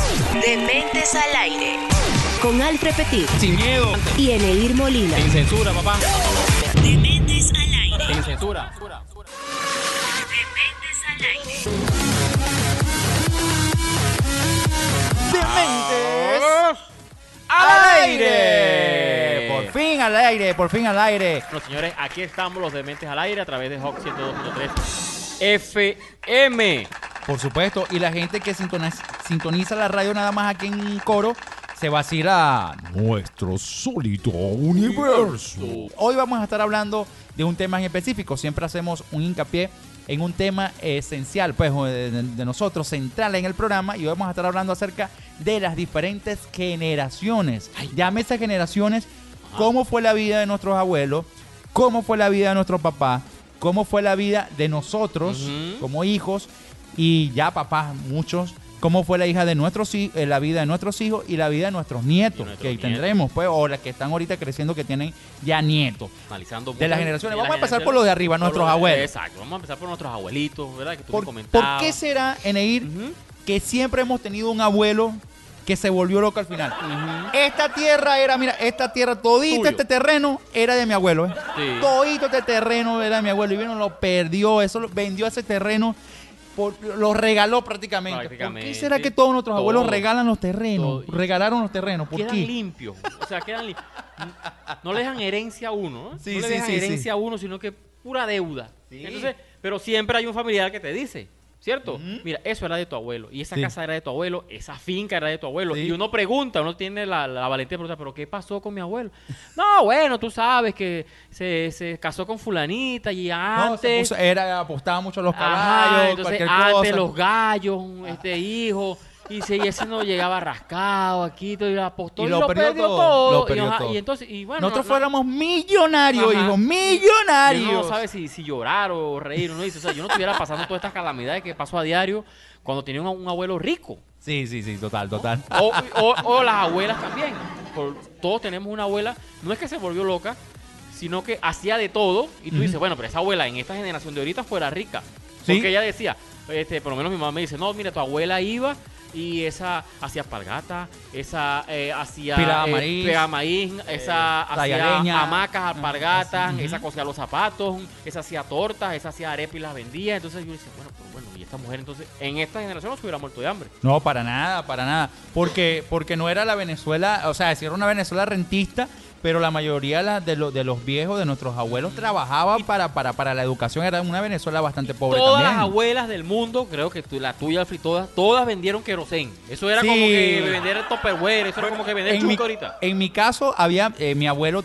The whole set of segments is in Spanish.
Dementes al aire. Con Alfred Petit. Sin miedo. Y Eneir Molina. Sin censura, papá. Dementes al aire. Sin censura. Dementes al aire. Dementes al aire. Por fin al aire. Bueno, señores, aquí estamos los Dementes al aire a través de Hawk 102.3 FM. Por supuesto, y la gente que sintoniza la radio nada más aquí en Coro se va a ir a nuestro sólido universo. Hoy vamos a estar hablando de un tema en específico. Siempre hacemos un hincapié en un tema esencial, pues, de nosotros, central en el programa, y hoy vamos a estar hablando acerca de las diferentes generaciones. Llámese generaciones, cómo fue la vida de nuestros abuelos, cómo fue la vida de nuestros papás, cómo fue la vida de nosotros como hijos, y ya papás, muchos, cómo fue la vida de nuestros hijos y la vida de nuestros nietos que tendremos, pues, o las que están ahorita creciendo que tienen ya nietos. Analizando de las generaciones. Vamos a empezar por los de arriba, nuestros abuelos. Exacto, vamos a empezar por nuestros abuelitos, ¿verdad? Que tú me ¿Por comentabas. qué será, Eneir, que siempre hemos tenido un abuelo que se volvió loco al final? Esta tierra era, mira, todito Tuyo. este terreno era de mi abuelo, ¿eh? Sí. Todito este terreno era de mi abuelo y vino, lo perdió, vendió ese terreno, lo regaló prácticamente. ¿Por qué será que todos nuestros abuelos regalan los terrenos? Todo. Regalaron los terrenos, ¿por Quedan qué? limpios, o sea, quedan limpios. No le dejan herencia a uno, ¿no? Sí, No le sí, dejan sí, herencia a uno, sino que pura deuda. Sí. Entonces, pero siempre hay un familiar que te dice, ¿cierto? Mira, eso era de tu abuelo, y esa Sí. casa era de tu abuelo, esa finca era de tu abuelo. Sí. Y uno pregunta, uno tiene la valentía de preguntar, ¿pero qué pasó con mi abuelo? No, bueno, tú sabes que se casó con fulanita y No, antes... apostaba mucho a los Ajá, caballos, entonces cualquier antes cosa. los gallos, hijo, y ese no llegaba rascado aquí, todo, y apostó Y y lo lo perdió perdió todo, todo. lo perdió ajá, todo. y entonces, y bueno, Nosotros fuéramos millonarios, Ajá. hijos, y uno millonarios. no sabe si llorar o reír, uno dice, o sea, yo no estuviera pasando todas estas calamidades que paso a diario cuando tenía un abuelo rico. Sí, total. O las abuelas también. Todos tenemos una abuela, no es que se volvió loca, sino que hacía de todo. Y tú dices, bueno, pero esa abuela en esta generación de ahorita fuera rica. Sí. Porque ella decía, por lo menos mi mamá me dice, no, mira, tu abuela iba y esa hacía alpargata, esa hacía Pilaba maíz, maíz, esa hacía leña, hamacas, alpargatas, esa cosía los zapatos, esa hacía tortas, esa hacía arepas y las vendía. Entonces yo decía, bueno, y esta mujer entonces en esta generación no se hubiera muerto de hambre. No, para nada. Porque no era la Venezuela, o sea, sí era una Venezuela rentista, pero la mayoría de los viejos, de nuestros abuelos, trabajaban para la educación. Era una Venezuela bastante pobre Todas también. las abuelas del mundo, creo que la tuya, Alfred, todas vendieron querosén. Eso era Sí. como que vender el Tupperware, eso era como que vender chunque ahorita. En mi caso, había mi abuelo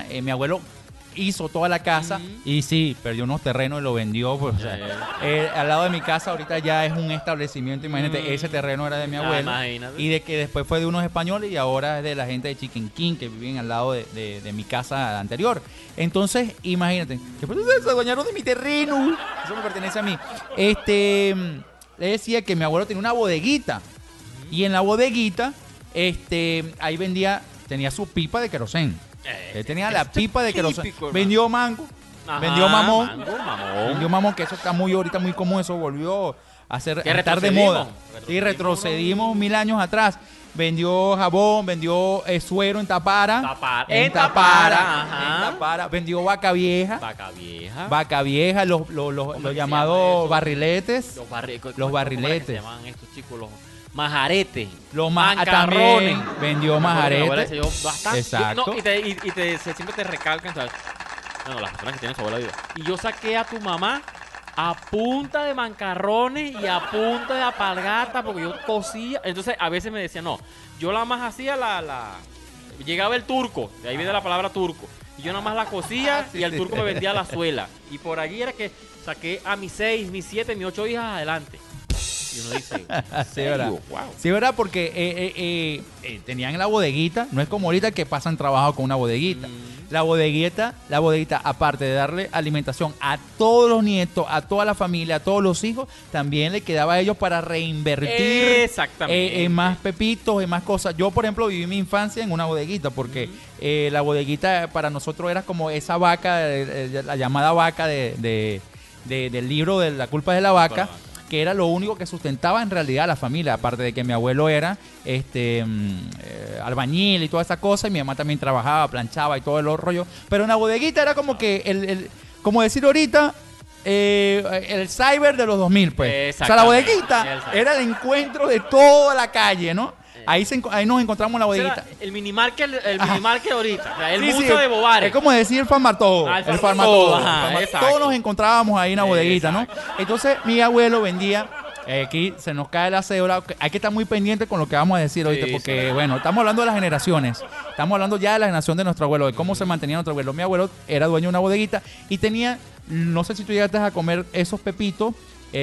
hizo toda la casa y sí, perdió unos terrenos y lo vendió. Pues, o sea, al lado de mi casa ahorita ya es un establecimiento. Imagínate, ese terreno era de mi abuelo. Imagínate. Y de que después fue de unos españoles y ahora es de la gente de Chiquinquín que viven al lado de mi casa anterior. Entonces, imagínate, que pues, se adueñaron de mi terreno. Eso me pertenece a mí. Le decía que mi abuelo tenía una bodeguita. Y en la bodeguita, ahí tenía su pipa de querosén. Él tenía la pipa de querosén. Típico, hermano. Vendió mango, Ajá, vendió mamón. Vendió Mamón, que eso está ahorita muy común, eso volvió a estar de retrocedimos, moda. Sí, retrocedimos 1000 años atrás. Vendió jabón, vendió suero en Tapara. En Tapara. Vendió vaca vieja. Vaca vieja. Los se llamados llama eso? barriletes. Los barriletes. Se llaman estos chicos los majaretes. Los mancarrones. también vendió Mi abuela majaretes. se llevó bastante. Exacto. No, siempre te recalcan, ¿sabes? Bueno, las personas que tienen su abuela viva. Y yo saqué a tu mamá a punta de mancarrones y a punta de alpargata porque yo cosía. Entonces a veces me decía, no, yo la más hacía llegaba el turco, de ahí viene la palabra turco. Y yo nada más la cosía y el turco me vendía la suela. Y por allí era que saqué a mis 6, mis 7, mis 8 hijas adelante. Y uno dice, Sí, ¿verdad? wow. Sí, ¿verdad? Porque tenían la bodeguita. No es como ahorita que pasan trabajo con una bodeguita. La bodeguita, aparte de darle alimentación a todos los nietos, a toda la familia, a todos los hijos, también le quedaba a ellos para reinvertir Exactamente. en más pepitos, en más cosas. Yo, por ejemplo, viví mi infancia en una bodeguita porque la bodeguita para nosotros era como esa vaca, la llamada vaca del libro de La culpa de la vaca, que era lo único que sustentaba en realidad a la familia, aparte de que mi abuelo era albañil y toda esa cosa, y mi mamá también trabajaba, planchaba y todo el rollo, pero una bodeguita era como que como decir ahorita, el cyber de los 2000, pues. O sea, la bodeguita era el encuentro de toda la calle, ¿no? Ahí nos encontramos en la bodeguita. El minimarket, minimarket ahorita. O sea, el Sí, museo de Bobares. Es como decir el Farmatodo. El Farmatodo. Todos nos encontrábamos ahí en la bodeguita, ¿no? Entonces, mi abuelo vendía. Aquí se nos cae la cédula. Hay que estar muy pendiente con lo que vamos a decir ahorita, porque, bueno, estamos hablando de las generaciones. Estamos hablando ya de la generación de nuestro abuelo, de cómo se mantenía nuestro abuelo. Mi abuelo era dueño de una bodeguita y tenía, no sé si tú llegaste a comer esos pepitos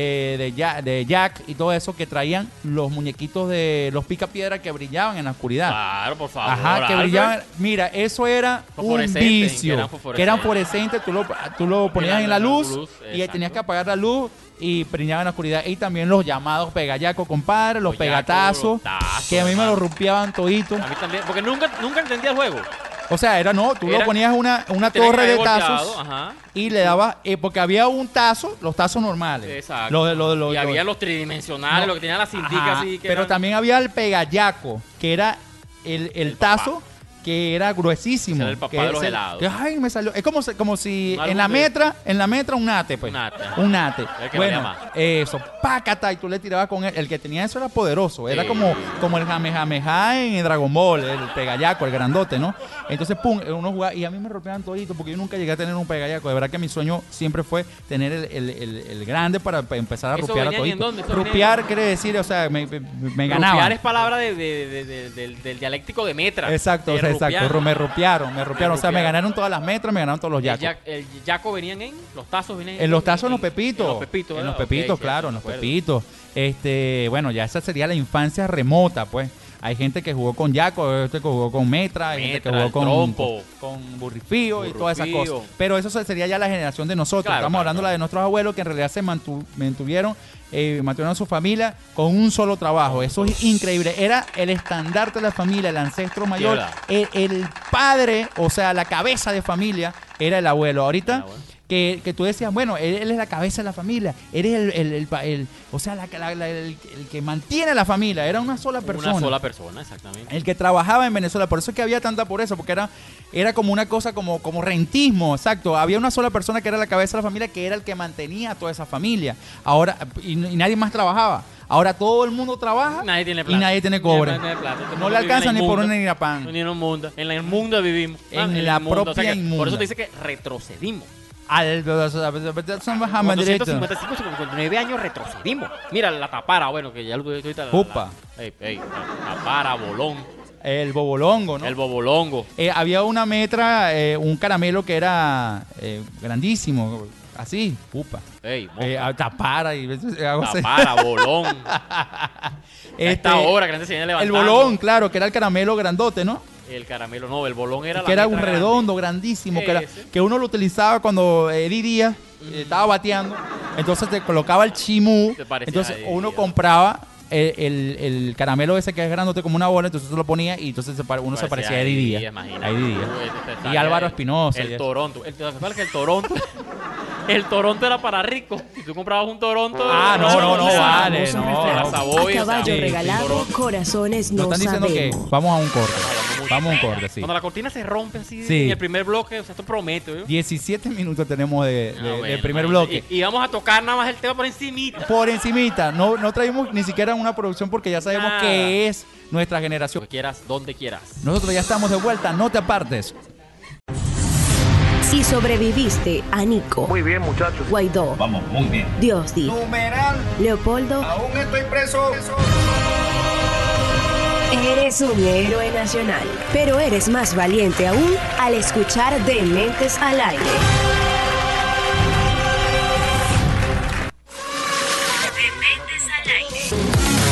de Jack y todo eso, que traían los muñequitos de los picapiedra que brillaban en la oscuridad. Claro, por favor. Ajá, que brillaban. Mira, eso era un vicio. Que eran fluorescentes. Tú lo ponías en la luz y tenías que apagar la luz y brillaban en la oscuridad. Y también los llamados pegayacos, compadre, los pegatazos, que a mí me los rompían toditos. A mí también, porque nunca entendía el juego. O sea, lo ponías una torre de tazos y le dabas, porque había un tazo, los tazos normales. Exacto. Y había los tridimensionales, lo que tenían las cinticas así. Pero también había el pegayaco, que era el tazo que era gruesísimo. Era el papá de los helados. Ay, me salió. Es como si en la metra un nate, pues. Un nate. Bueno, eso, pácata, y tú le tirabas con él. El que tenía eso era poderoso. Era como el Jamejameja en Dragon Ball, el pegayaco, el grandote, ¿no? Entonces, pum, uno jugaba. Y a mí me rompían todito, porque yo nunca llegué a tener un pegayaco. De verdad que mi sueño siempre fue tener el grande para empezar a rupear a todito. Rupear quiere decir, o sea, me ganaba. Rupear es palabra del dialéctico de metra. Exacto, exacto, me rupearon. O sea, me ganaron todas las metras, me ganaron todos los yacos. El yaco venían los tazos venían en los tazos, en los pepitos. En los pepitos, claro, en los pepitos. Bueno, ya esa sería la infancia remota, pues. Hay gente que jugó con yaco, hay gente que jugó con metra, hay gente que jugó con burrifío y todas esas cosas. Pero eso sería ya la generación de nosotros. Claro, estamos hablando la de nuestros abuelos, que en realidad se mantuvieron a su familia con un solo trabajo. Eso es increíble. Era el estandarte de la familia, el ancestro mayor, el padre, o sea, la cabeza de familia era el abuelo. Ahorita que tú decías, bueno, él es la cabeza de la familia, eres el que mantiene la familia. Era una sola persona. Una sola persona, exactamente. El que trabajaba en Venezuela. Por eso es que había tanta pobreza, porque era como una cosa como rentismo, exacto. Había una sola persona que era la cabeza de la familia, que era el que mantenía a toda esa familia. Ahora, y nadie más trabajaba. Ahora todo el mundo trabaja, nadie tiene plata, y nadie tiene cobre. No le alcanza ni por una ni la pan. Ni en un mundo. En la inmunda vivimos. En la propia, o sea, inmunda. Por eso te dice que retrocedimos. Son 455 años retrocedimos. Mira la tapara, bueno, que ya lo ahorita. Jupa. Tapara, bolón. El bobolongo, ¿no? El bobolongo. Había una metra, un caramelo que era grandísimo. Así, pupa. Tapara y tapara, bolón. Esta obra que antes se viene levantando. El bolón, claro, que era el caramelo grandote, ¿no? El caramelo, no, el bolón era que era un redondo, grandísimo, que uno lo utilizaba cuando Eddie Díaz estaba bateando. Entonces te colocaba el chimú. Entonces uno compraba el caramelo ese que es grandote como una bola, entonces tú lo ponías y entonces uno se parecía a Eddie Díaz. Y Álvaro Espinosa. El Toronto. El Toronto. El Toronto era para ricos. Si tú comprabas un Toronto. No, vale. A caballo regalado, corazones no están diciendo sabemos. que vamos a un corte. Vamos a un corte, sí. Cuando la cortina se rompe así en el primer bloque, o sea, esto promete. 17 minutos tenemos de primer bloque. Y vamos a tocar nada más el tema por encimita. Por encimita. No traímos ni siquiera una producción porque ya sabemos que es nuestra generación. Lo que quieras, donde quieras. Nosotros ya estamos de vuelta, no te apartes. Si sobreviviste a Nico. Muy bien, muchachos. Guaidó. Vamos, muy bien. Diosdi. Numeral. Leopoldo. Aún estoy preso. Eres un héroe nacional, pero eres más valiente aún al escuchar Dementes al Aire. Dementes al Aire.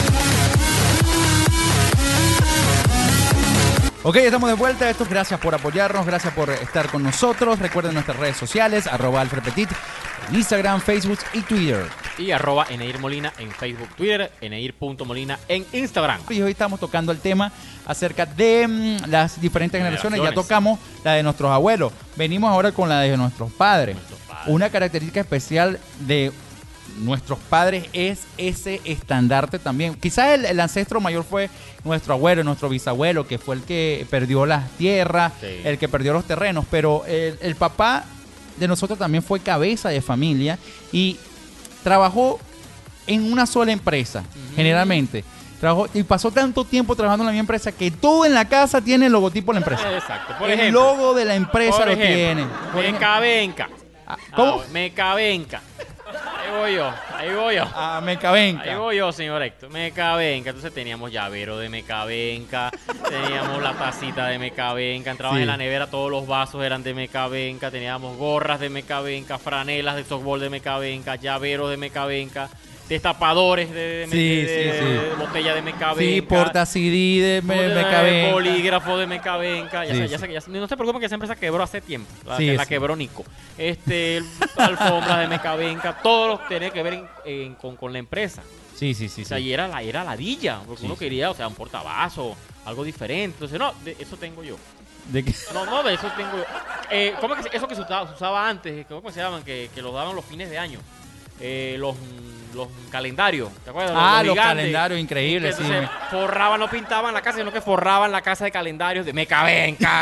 Ok, estamos de vuelta. Gracias por apoyarnos, gracias por estar con nosotros. Recuerden nuestras redes sociales, @AlfredPetit, en Instagram, Facebook y Twitter. Y @Eneir Molina en Facebook, Twitter, Eneir.molina en Instagram. Y hoy estamos tocando el tema acerca de las diferentes generaciones. Ya tocamos la de nuestros abuelos. Venimos ahora con la de nuestros padres. Una característica especial de nuestros padres es ese estandarte también. Quizás el ancestro mayor fue nuestro abuelo, nuestro bisabuelo, que fue el que perdió las tierras, Sí. el que perdió los terrenos, pero el papá de nosotros también fue cabeza de familia y trabajó en una sola empresa, generalmente. Trabajó y pasó tanto tiempo trabajando en la misma empresa que todo en la casa tiene el logotipo de la empresa. Exacto. Por El ejemplo, logo de la empresa lo tiene. Por ejemplo. Mecabenca. ¿Cómo? Mecabenca. Ahí voy yo. Ah, Mecabenca. Ahí voy yo, señor Héctor. Mecabenca. Entonces teníamos llavero de Mecabenca, teníamos la tacita de Mecabenca, entraban Sí. en la nevera, todos los vasos eran de Mecabenca, teníamos gorras de Mecabenca, franelas de softball de Mecabenca, llaveros de Mecabenca, destapadores de botella de Mecabenca. Sí, porta CD de Mecabenca. Bolígrafo de Mecabenca. Sí, No se preocupen que esa empresa quebró hace tiempo. Sí, La sí. quebró Nico. Alfombras de Mecabenca. Todo lo que tenía que ver con la empresa. Sí. O sea, y era ladilla. Porque uno quería, o sea, un portavasos, algo diferente. Entonces, no, de eso tengo yo. ¿De qué? No, de eso tengo yo. ¿Cómo es que eso que se usaba antes? ¿Cómo se llaman? Que los daban los fines de año. Los calendarios, ¿te acuerdas? Los gigantes. calendarios, increíbles, sí. Entonces, forraban, no pintaban la casa, sino que forraban la casa de calendarios de Mecabenca.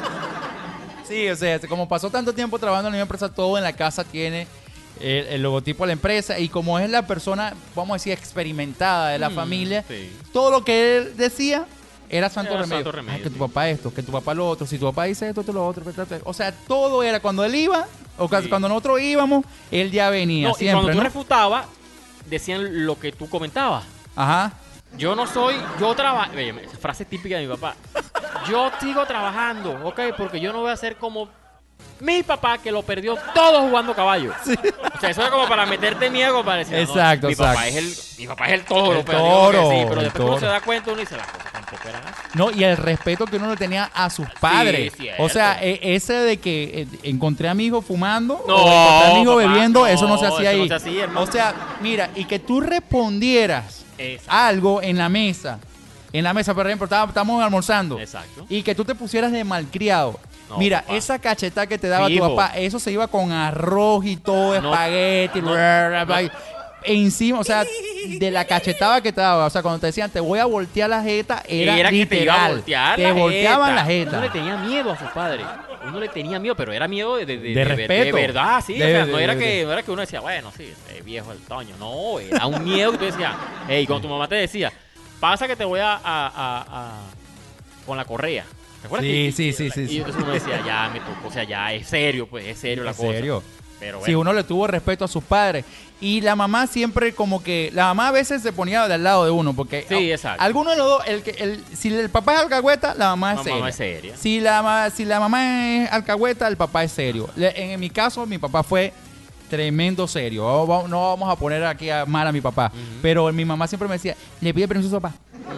Sí, o sea, como pasó tanto tiempo trabajando en la misma empresa, todo en la casa tiene el logotipo de la empresa. Y como es la persona, vamos a decir, experimentada de la familia, sí. todo lo que él decía era santo Era remedio. santo remedio, Ay, que tu sí. papá esto, que tu papá lo otro. Si tu papá dice esto, tú lo otro. O sea, todo era cuando él iba, o Sí. cuando nosotros íbamos, él ya venía No, y siempre, cuando tú ¿no? refutabas, decían lo que tú comentabas. Ajá. Yo trabajo, frase típica de mi papá. Yo sigo trabajando, ¿ok? Porque yo no voy a ser como mi papá que lo perdió todo jugando caballo. O sea, eso era como para meterte miedo, para decir, Exacto, mi papá es el toro, El pero toro, digo que sí, pero el después uno toro. se da cuenta, uno dice, las cosas tampoco eran así. No, y el respeto que uno le tenía a sus padres. cierto. O sea, ese de que encontré a mi hijo fumando No, o encontré a mi hijo papá, bebiendo, no, eso no se eso hacía ahí. no se hacía, hermano. O sea, mira, y que tú respondieras Exacto. algo en la mesa. En la mesa, por ejemplo, estamos almorzando. Exacto. Y que tú te pusieras de malcriado. No, Mira, papá. esa cachetada que te daba Fijo. tu papá, eso se iba con arroz y todo, No, espagueti, no, encima, o sea, de la cachetada que te daba. O sea, cuando te decían, te voy a voltear la jeta, era que te literal. iba a voltear te la volteaban la Uno jeta. le tenía miedo a sus padres. Uno le tenía miedo, pero era miedo de respeto. De verdad, sí. De- o sea, de- no era de- que uno decía, bueno, sí, este viejo el Toño. No, era un miedo que tú decías, hey, cuando tu mamá te decía, pasa que te voy a con la correa. ¿Te acuerdas? Sí. Y entonces uno decía, ya me tocó, o sea, ya es serio, pues, es serio la ¿En cosa. serio? Pero Sí, bueno. uno le tuvo respeto a sus padres. Y la mamá siempre como que... La mamá a veces se ponía del lado de uno. Porque Sí, exacto. alguno de los dos... Si el papá es alcahueta, la mamá es La seria. mamá es seria. Si la mamá es alcahueta, el papá es serio. En mi caso, mi papá fue tremendo serio. No vamos a poner aquí mal a mi papá. Pero mi mamá siempre me decía, le pide permiso a su papá.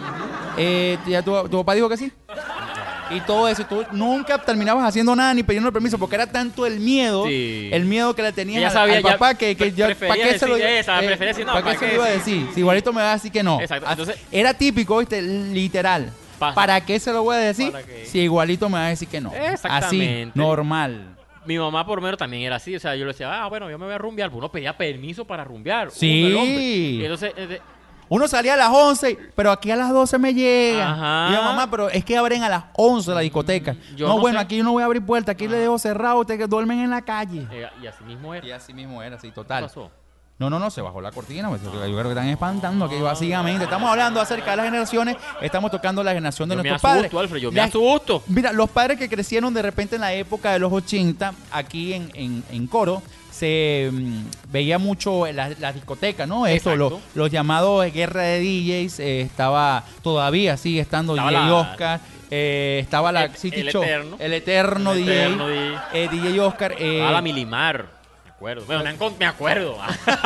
¿Ya tu papá dijo que sí? Y todo eso, tú nunca terminabas haciendo nada ni pidiendo permiso porque era tanto el miedo, Sí. el miedo que le tenías Ella al sabía, papá ya que prefería ¿para qué se lo decir esa, prefería decir, no, ¿para qué ¿para se qué lo iba a decir? decir? Si igualito me va a decir que no. Exacto, entonces- Era típico, ¿viste? Literal. Pasa. ¿Para qué se lo voy a decir ¿Para qué? si igualito me va a decir que no? Así, Exactamente. normal. Mi mamá por lo menos también era así, o sea, yo le decía, bueno, yo me voy a rumbear, pues uno pedía permiso para rumbear. Sí. uno, el hombre. Y entonces, Uno salía a las 11, pero aquí a las 12 me llega. Ajá. Y yo, mamá, pero es que abren a las 11 la discoteca. yo No, no bueno, sé. aquí yo no voy a abrir puerta, aquí le dejo cerrado, ustedes que duermen en la calle. y así mismo era. Y así mismo era, así, ¿Qué total. pasó? No, se bajó la cortina, pues, yo creo que están espantando aquí básicamente. Estamos hablando acerca de las generaciones, estamos tocando la generación de Yo me nuestros padres. asusto, Alfred, yo me La- asusto. Mira, los padres que crecieron de repente en la época de los 80, aquí en Coro, se veía mucho en las discotecas, ¿no? Eso, Exacto. los llamados guerra de DJs, todavía sigue estando Estaba DJ la- Oscar, estaba la el City Show, eterno. el eterno El DJ, eterno DJ Oscar. la Milimar. Me acuerdo. Bueno, me acuerdo.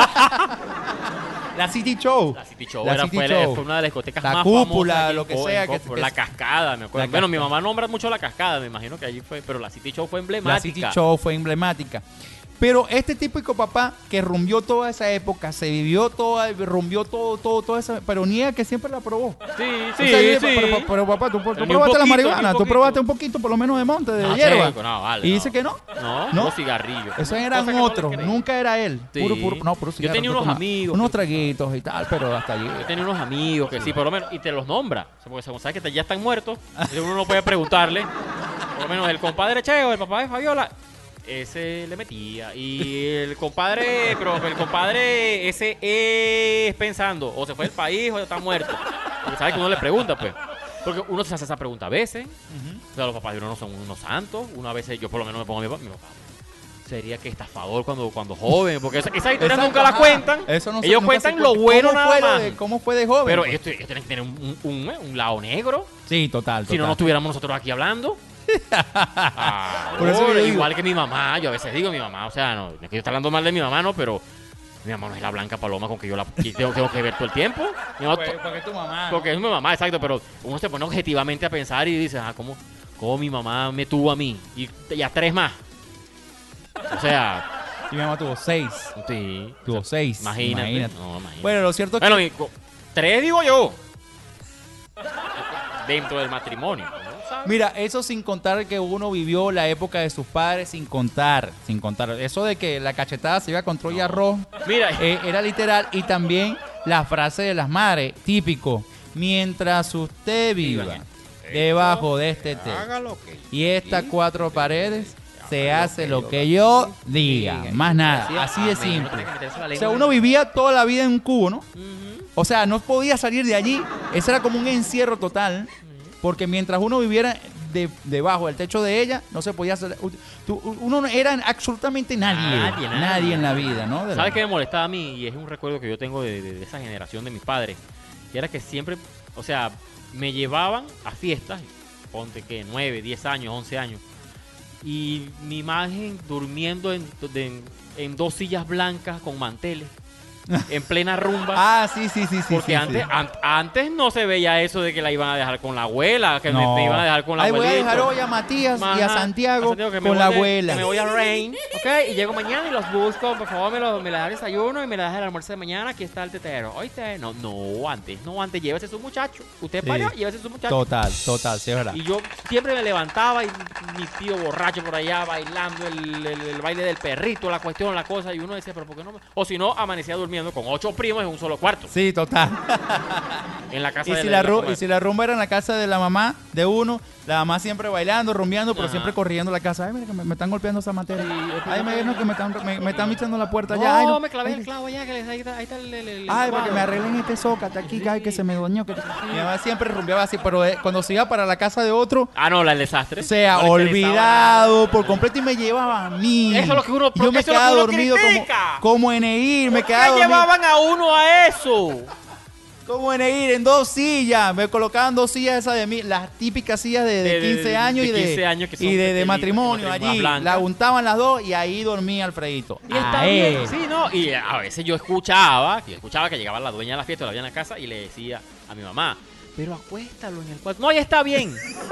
La City Show. La City Show, La City fue Show. una de las discotecas La más cúpula, famosas aquí lo en que Co- sea, en que- Co- que- la cascada, me acuerdo. La Bueno, mi Cascada. mamá nombra mucho la cascada, me imagino que allí fue, pero la City Show fue La emblemática. City Show fue emblemática. Pero este típico papá que rumbió toda esa época, se vivió toda, rumbió toda esa, pero niega que siempre la probó. Sí, O sí, sea, sí. pero papá, tú Ni un probaste la poquito, marihuana, ni un tú poquito. probaste un poquito por lo menos de monte, de No, hierba. chico, no, vale, Y no. dice que no. No, ¿No? no cigarrillos. Esos Cosa eran que no le otros, creí. nunca era él. Sí. Puro Yo cigarro, tenía tú unos tomas amigos unos que- traguitos y tal, pero hasta allí. Yo tenía unos amigos que sí, por lo menos, y te los nombra. O sea, porque según sabes que ya están muertos, y uno no puede preguntarle. Por lo menos el compadre Cheo, el papá de Fabiola, ese le metía. Y el compadre, pero el compadre ese es pensando, o se fue del país o está muerto. Porque sabes que uno le pregunta, pues. Porque uno se hace esa pregunta a veces. O sea, los papás de uno no son unos santos. Uno a veces, yo por lo menos me pongo a mi papá. Sería que estafador cuando joven, porque esas historias Exacto, nunca las ajá. cuentan. Eso no se- Ellos nunca se cuentan lo cuenta. bueno ¿Cómo nada fue más. ¿Cómo fue de joven? Pero pues? ellos tienen que tener un lado negro. Sí, total. Si no, no estuviéramos nosotros aquí hablando. Por eso yo digo- igual que mi mamá, yo a veces digo mi mamá, o sea, no es que yo esté hablando mal de mi mamá, no, pero mi mamá no es la blanca paloma con que yo que tengo que ver todo el tiempo. Mi mamá Porque es tu mamá. porque es mi mamá, exacto, pero uno se pone objetivamente a pensar y dice, ¿cómo mi mamá me tuvo a mí? Y a 3 más. O sea, Y mi mamá tuvo 6. sí. Tuvo 6. Imagínate. No, imagínate. Bueno, lo cierto es que... Bueno, 3 digo yo. Dentro del matrimonio. ¿No sabes? Mira, eso sin contar que uno vivió la época de sus padres, sin contar. Eso de que la cachetada se iba con Troya arroz, Mira, era literal. Y también la frase de las madres, típico. Mientras usted viva debajo de este techo y estas 4 paredes, se hace lo que yo diga. Más nada, así de simple. O sea, uno vivía toda la vida en un cubo, ¿no? O sea, no podía salir de allí. Ese era como un encierro total. Porque mientras uno viviera debajo del techo de ella, no se podía hacer. Uno no era absolutamente nadie. Nadie en la vida, ¿no? ¿Sabes qué me molestaba a mí? Y es un recuerdo que yo tengo de esa generación de mis padres. Que era que siempre, o sea, me llevaban a fiestas, ponte que 9, 10 años, 11 años. Y mi imagen durmiendo en 2 sillas blancas con manteles. En plena rumba. Ah, sí. Porque sí, antes, sí. antes no se veía eso de que la iban a dejar con la abuela, que No. me iban a dejar con la Ahí voy a abuelita. dejar hoy a Matías y a Ajá, Santiago que me con voy la de- abuela. que me voy a Rain, ¿ok? Y llego mañana y los busco. Por favor, me la das desayuno y me la das el almuerzo de mañana. Aquí está el tetero. Oíste, no, antes, llévese su muchacho. Usted Sí. paga, llévese su muchacho. Total, sí, es verdad. Y yo siempre me levantaba y mi tío borracho por allá bailando el baile del perrito, la cuestión, la cosa. Y uno decía, pero ¿por qué no? O si no, amanecía durmiendo con 8 primos en un solo cuarto. Sí, total. En la casa Y de si, la y si la rumba era en la casa de la mamá de uno, la mamá siempre bailando, rumbeando, pero Ajá. siempre corriendo a la casa. Ay, mira que me están golpeando esa materia. Ay, mira que me están echando la puerta No, allá. Ay, no. me clavé Ay, el clavo allá, que ahí está el Ay, para que me cuadro. arreglen este zócate aquí, ay, que se me doñó. Mi mamá siempre rumbeaba así, pero cuando se iba para la casa de otro, Ah, no, el desastre. o sea, No le interesaba olvidado por completo y me llevaba a mí. Eso es lo que uno- Yo me eso es lo quedaba que uno dormido critica. como Eneir, me ¿Por quedaba qué dormido. llevaban a uno a eso? Como Eneir, en 2 sillas. Me colocaban 2 sillas esas de mí, las típicas sillas de 15 años de y de 15 años que son y de pelitas, matrimonio de allí. blancas. La untaban las 2 y ahí dormía Alfredito. Y está bien, sí, ¿no? Y a veces yo escuchaba que llegaba la dueña de la fiesta, la había en la casa y le decía a mi mamá, pero acuéstalo en el cuarto. No, ya está bien.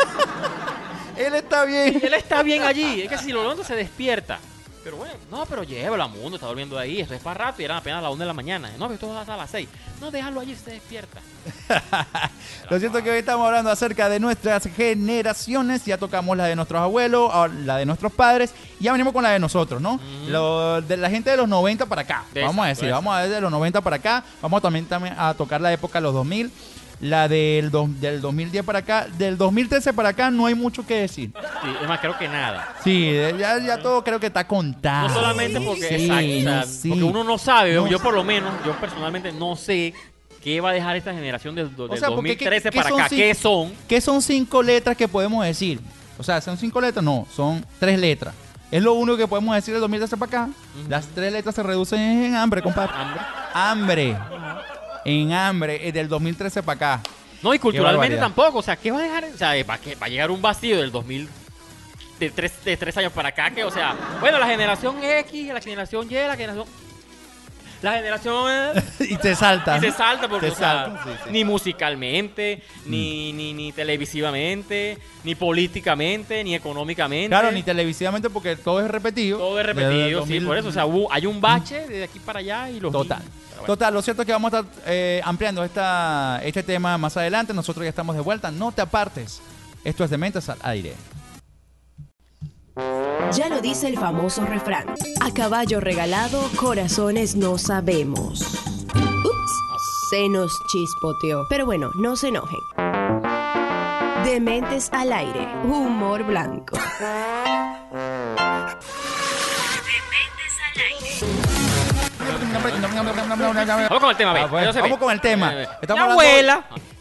Él está bien. Él está bien allí. Es que si lo levanto se despierta. Pero bueno, no, pero llévalo a mundo, está durmiendo ahí, esto es para rato y eran apenas las 1 de la mañana. No, pero esto va hasta las 6. No, déjalo allí, se despierta. Lo cierto es que hoy estamos hablando acerca de nuestras generaciones. Ya tocamos la de nuestros abuelos, ahora la de nuestros padres. Y ya venimos con la de nosotros, ¿no? De la gente de los 90 para acá. Vamos a decir, vamos a ver de los 90 para acá. Vamos también a tocar la época de los 2000. La del 2010 para acá. Del 2013 para acá no hay mucho que decir. Sí, es más, creo que nada. Sí, ya todo creo que está contado. No solamente porque, Sí, exacto, o sea, sí. porque uno no sabe, No. yo por lo menos, yo personalmente no sé qué va a dejar esta generación del O sea, porque 2013 ¿qué para son acá. si- ¿Qué son? ¿Qué son 5 letras que podemos decir? O sea, ¿son 5 letras? No, son 3 letras. Es lo único que podemos decir del 2013 para acá. Las 3 letras se reducen en hambre, compadre. Hambre. Hambre. En hambre, del 2013 para acá. No, y culturalmente barbaridad. tampoco. O sea, ¿qué va a dejar? O sea, va a llegar un vacío del 2000, de 3 años para acá. Que, o sea, bueno, la generación X, la generación Y, la generación... La generación Y te salta. y se salta porque, Te o sea, salta, sí. ni musicalmente, ni televisivamente, ni políticamente, ni económicamente. Claro, ni televisivamente porque todo es repetido. Todo es Desde repetido, el sí, 2000. por eso. O sea, hay un bache de aquí para allá y los Total. niños. Pero bueno. Total, lo cierto es que vamos a estar ampliando este tema más adelante. Nosotros ya estamos de vuelta. No te apartes. Esto es Dementes al Aire. Ya lo dice el famoso refrán. A caballo regalado, corazones no sabemos. Ups, se nos chispoteó. Pero bueno, no se enojen. Dementes al aire, humor blanco. Vamos con el tema, ve. Bueno, Yo sé, vamos ve. con el tema. Mi Estamos hablando- abuela.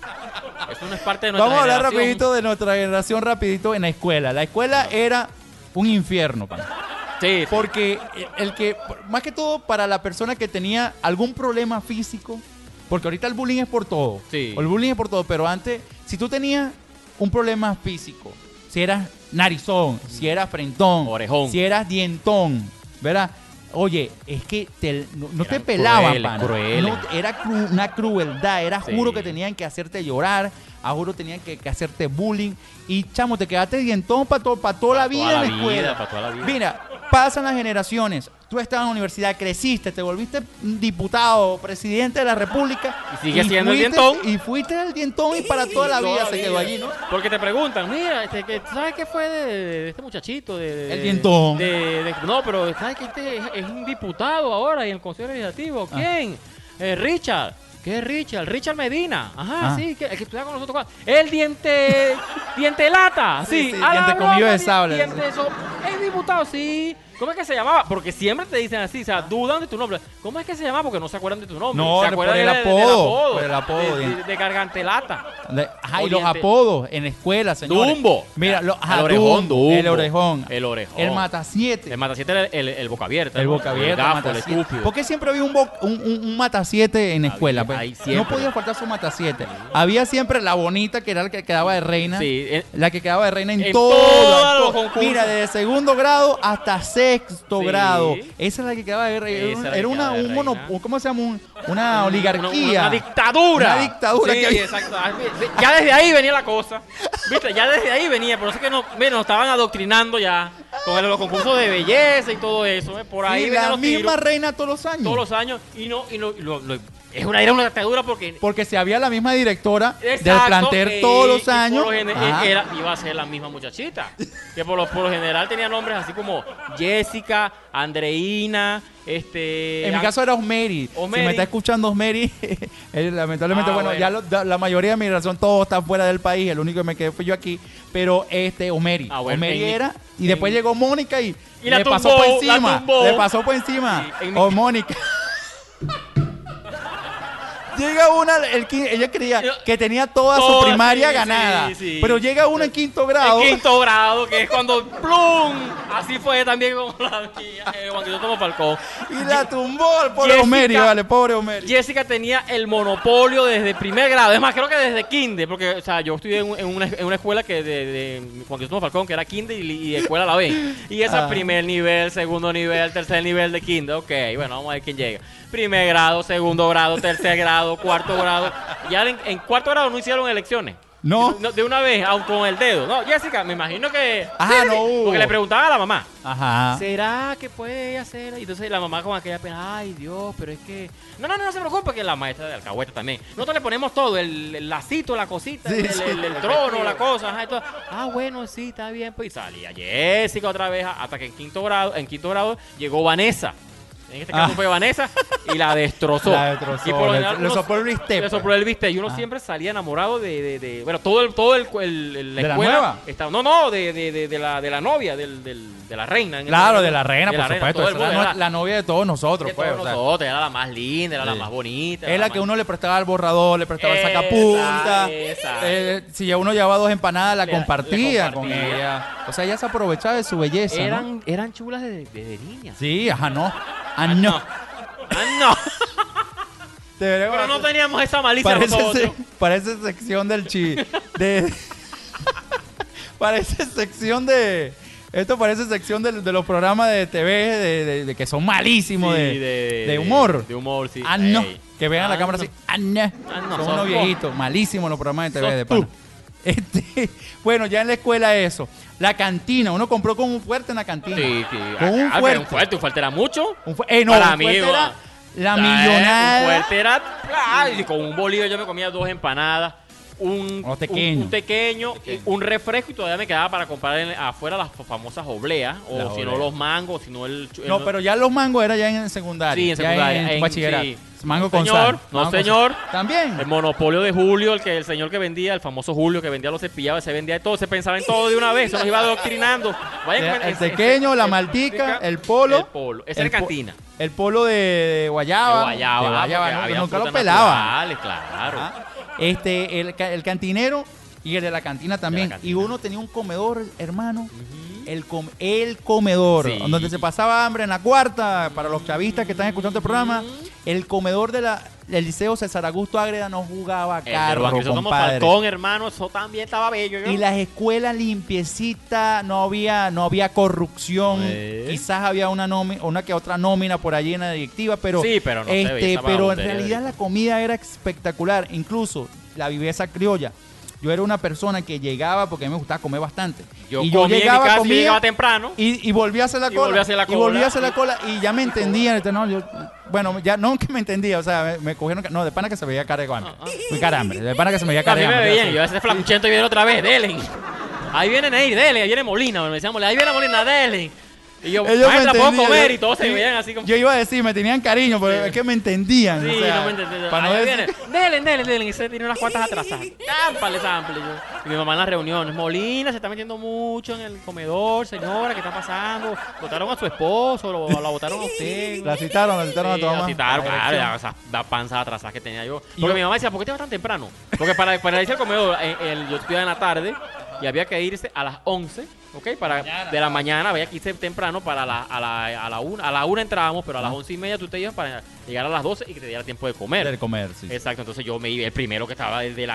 Eso no es parte de nuestra Vamos a hablar generación. rapidito de nuestra generación, rapidito en la escuela. La escuela era un infierno, pan. Sí, sí. Porque más que todo para la persona que tenía algún problema físico, porque ahorita el bullying es por todo. Sí. El bullying es por todo, pero antes, si tú tenías un problema físico, si eras narizón, si eras frentón, Orejón. si eras dientón, ¿verdad? Oye, es que no te Eran pelaban, crueles, pana. crueles. No, era una crueldad, era Sí. juro que tenían que hacerte llorar, a juro tenían que hacerte bullying y chamo, te quedaste dientón para toda la vida en la escuela. Para toda la vida. Mira, pasan las generaciones. Tú estabas en la universidad, creciste, te volviste diputado, presidente de la República. Y sigue siendo el fuiste- dientón. Y fuiste el dientón y para toda la vida se quedó allí, ¿no? Porque te preguntan, mira, ¿sabes qué fue de este muchachito? El dientón. No, pero ¿sabes que este es un diputado ahora en el Consejo Legislativo? ¿Quién? Richard. ¿Qué es Richard? Richard Medina. Ajá, Ah. sí, el que estudia con nosotros. El diente lata. Sí, Sí, sí, a la diente broma, colmillo de sable. Es diputado, sí. ¿Cómo es que se llamaba? Porque siempre te dicen así, o sea, dudan de tu nombre. ¿Cómo es que se llama? Porque no se acuerdan de tu nombre. No, se por acuerdan el del apodo, por el apodo, de gargantelata. Ajá, y O los diente- apodos en la escuela, señores. Dumbo. Mira, El orejón, Dumbo. El orejón. El orejón. El matasiete. El Matasiete era el boca abierta. El ¿no? boca abierta, El gafo, el matasiete. estúpido. ¿Por qué siempre había un matasiete en la escuela? Pues? ahí siempre. No podía faltar su matasiete. Había siempre la bonita, que era la que quedaba de reina. Sí, La que quedaba de reina en en todo. todos los concursos. Mira, desde segundo grado hasta sexto Sí. grado. Esa es la que quedaba de reina. Esa es la que Era una, quedaba de un mono, reina. ¿cómo se llama? Una oligarquía. Una dictadura. Una dictadura Sí, que había. exacto. Ya desde ahí venía la cosa. ¿Viste? Ya desde ahí venía. Por eso es que nos estaban adoctrinando ya con los concursos de belleza y todo eso. Por ahí Sí, venían la los misma tiros reina todos los años. todos los años. Era una dictadura porque Porque si había la misma directora del exacto, plantel todos los y por años. lo Ajá. iba a ser la misma muchachita. Que por lo general tenía nombres así como Jessica, Andreina, En mi caso era Osmeri. Si Osmeri. me está escuchando Osmeri, lamentablemente, Ah, bueno, bueno. ya la mayoría de mi generación, todos están fuera del país. El único que me quedé fui yo aquí. Pero Osmeri. Ah, bueno, Osmeri en mi- era. Y después en- llegó Mónica y la le pasó tumbó, por la encima. tumbó. Le pasó por encima. Sí, en mi- O Mónica. Llega una, ella creía que tenía toda Todo, su primaria sí, ganada. sí, sí. Pero llega una en quinto grado. En quinto grado, que es cuando ¡plum! Así fue también con la mía, Juan Cristóbal Falcón. Y la tumbó al pobre Jessica- Osmeri, vale, pobre Osmeri. Jessica tenía el monopolio desde primer grado. Es más, creo que desde kinder, porque o sea, yo estudié en una escuela que de Juan Cristóbal Falcón, que era kinder y escuela a la vez. Y esa Ah. primer nivel, segundo nivel, tercer nivel de kinder. Ok, bueno, vamos a ver quién llega. Primer grado, segundo grado, tercer grado, cuarto grado. Ya en cuarto grado no hicieron elecciones. No. De una vez, aun con el dedo. No, Jessica, me imagino que... Ajá, no hubo. Porque le preguntaba a la mamá. Ajá. ¿Será que puede hacer? Y entonces la mamá con aquella pena, ay Dios, pero es que... No se preocupe, que la maestra de alcahueta también. Nosotros le ponemos todo, el lacito, la cosita, Sí, el, sí. el trono, la cosa, ajá, y todo. Ah, bueno, sí, está bien. Pues y salía Jessica otra vez, hasta que en quinto grado llegó Vanessa. En este caso Ah. fue Vanessa y la destrozó. La destrozó, Y por lo le- general le uno- sopló el bistec, Le pues. sopló el bistec. Y uno Ah. siempre salía enamorado de bueno, la ¿De la escuela nueva? estaba, de la novia, de la reina. en Claro, ese- de la reina, de por la supuesto. todo el Esa mundo, era la novia de todos nosotros, de pues. todos o sea, nosotros, era la más linda, era la Sí. más bonita. es la que uno le prestaba el borrador, le prestaba el Esa, sacapunta. esa. Si ya uno llevaba 2 empanadas, la Le compartía con compartía. ella. O sea, ella se aprovechaba de su belleza, ¿no? Eran chulas de niñas. Sí, ajá, no. Ah, no. Ah, no. Deberíamos Pero no hacer- teníamos esa malicia Parece, nosotros. parece sección del chi. De, parece sección de Esto parece sección de los programas de TV de que son malísimos Sí, de humor. De humor, sí. Ah, no. Ey. Que vean la cámara no. así. Ah, no. no, Son sos unos tú. viejitos. Malísimos los programas de TV Sos de tú. pana. Bueno, ya en la escuela eso. La cantina. Uno compró con un fuerte en la cantina. Sí, sí. Con un pero fuerte. Un fuerte era mucho. No, Para un mí, fuerte era la Un millonada. fuerte era. Ay, con un bolillo yo me comía 2 empanadas. Unos tequeños. Un tequeño, un refresco y todavía me quedaba para comprar afuera las famosas obleas. O Las si no obleas. los mangos, si no el. No, pero ya los mangos era ya en secundaria. Sí, en ya secundaria, en en- bachillerato. sí. Mango No, con señor. sal. No, Mango con señor. sal. También. El monopolio de Julio, el señor que vendía, el famoso Julio que vendía los cepillados, se vendía de todo, se pensaba en todo de una vez, se nos iba adoctrinando. Vayan El pequeño, la maltica, el polo. El polo. Esa el era po- cantina. El polo de guayaba. De guayaba. De guayaba, porque ¿no? había Nunca lo frutas pelaban. naturales, claro. Ajá. El cantinero y el de la cantina también. cantina. Y uno tenía un comedor, hermano. El comedor, Sí. donde se pasaba hambre en la cuarta, para los chavistas que están escuchando el programa, el comedor del Liceo César Augusto Ágreda no jugaba El de carro, Juan Crisóstomo compadre. Falcón, hermano, eso también estaba bello. ¿yo? Y las escuelas limpiecitas, no había corrupción. Quizás había una que otra nómina por allí en la directiva, pero Sí, pero no se veía esa pero en vagabundería realidad de- la comida era espectacular, incluso la viveza criolla. Yo era una persona que llegaba porque a mí me gustaba comer bastante. Yo y comía en mi casa, yo comía, llegaba temprano. y volví a hacer la Y cola. volví a hacer la Y volví a cola. hacer la cola y ya me entendían. Bueno, ya no que me entendía, o sea, me cogieron. No, de pana que se veía cara de hambre. Muy cara de hambre. De pana que se me veía A cara mí de me hambre. veían, así. yo a ese flacuchento y viene otra vez, dele. Ahí vienen ahí, dele, ahí viene Molina, me decían Molina, ahí viene Molina, dele. Y yo, Ellos me maestra, puedo entendían, comer yo- y todos se sí, veían así como. Yo iba a decir, me tenían cariño, pero es que me entendían. Sí, o sea, no me entendí. para no Ahí decir- viene, dele. Y se tiene unas cuantas atrasadas. Zámpale. Y mi mamá en las reuniones. Molina se está metiendo mucho en el comedor, señora, ¿qué está pasando? Votaron a su esposo, la votaron a usted. La citaron a tu mamá. La citaron, La claro, dirección. ya, esa la panza atrasada que tenía yo. Y Porque yo- mi mamá decía, ¿por qué te vas tan temprano? Porque para irse al comedor, yo estudiaba en la tarde y había que irse a las 11, ¿ok? De la mañana había que irse temprano para a la 1. A la 1 entrábamos, pero a las 11:30 tú te ibas para llegar a las 12 y que te diera tiempo de comer. De comer, sí. Exacto, entonces yo me iba, el primero que estaba de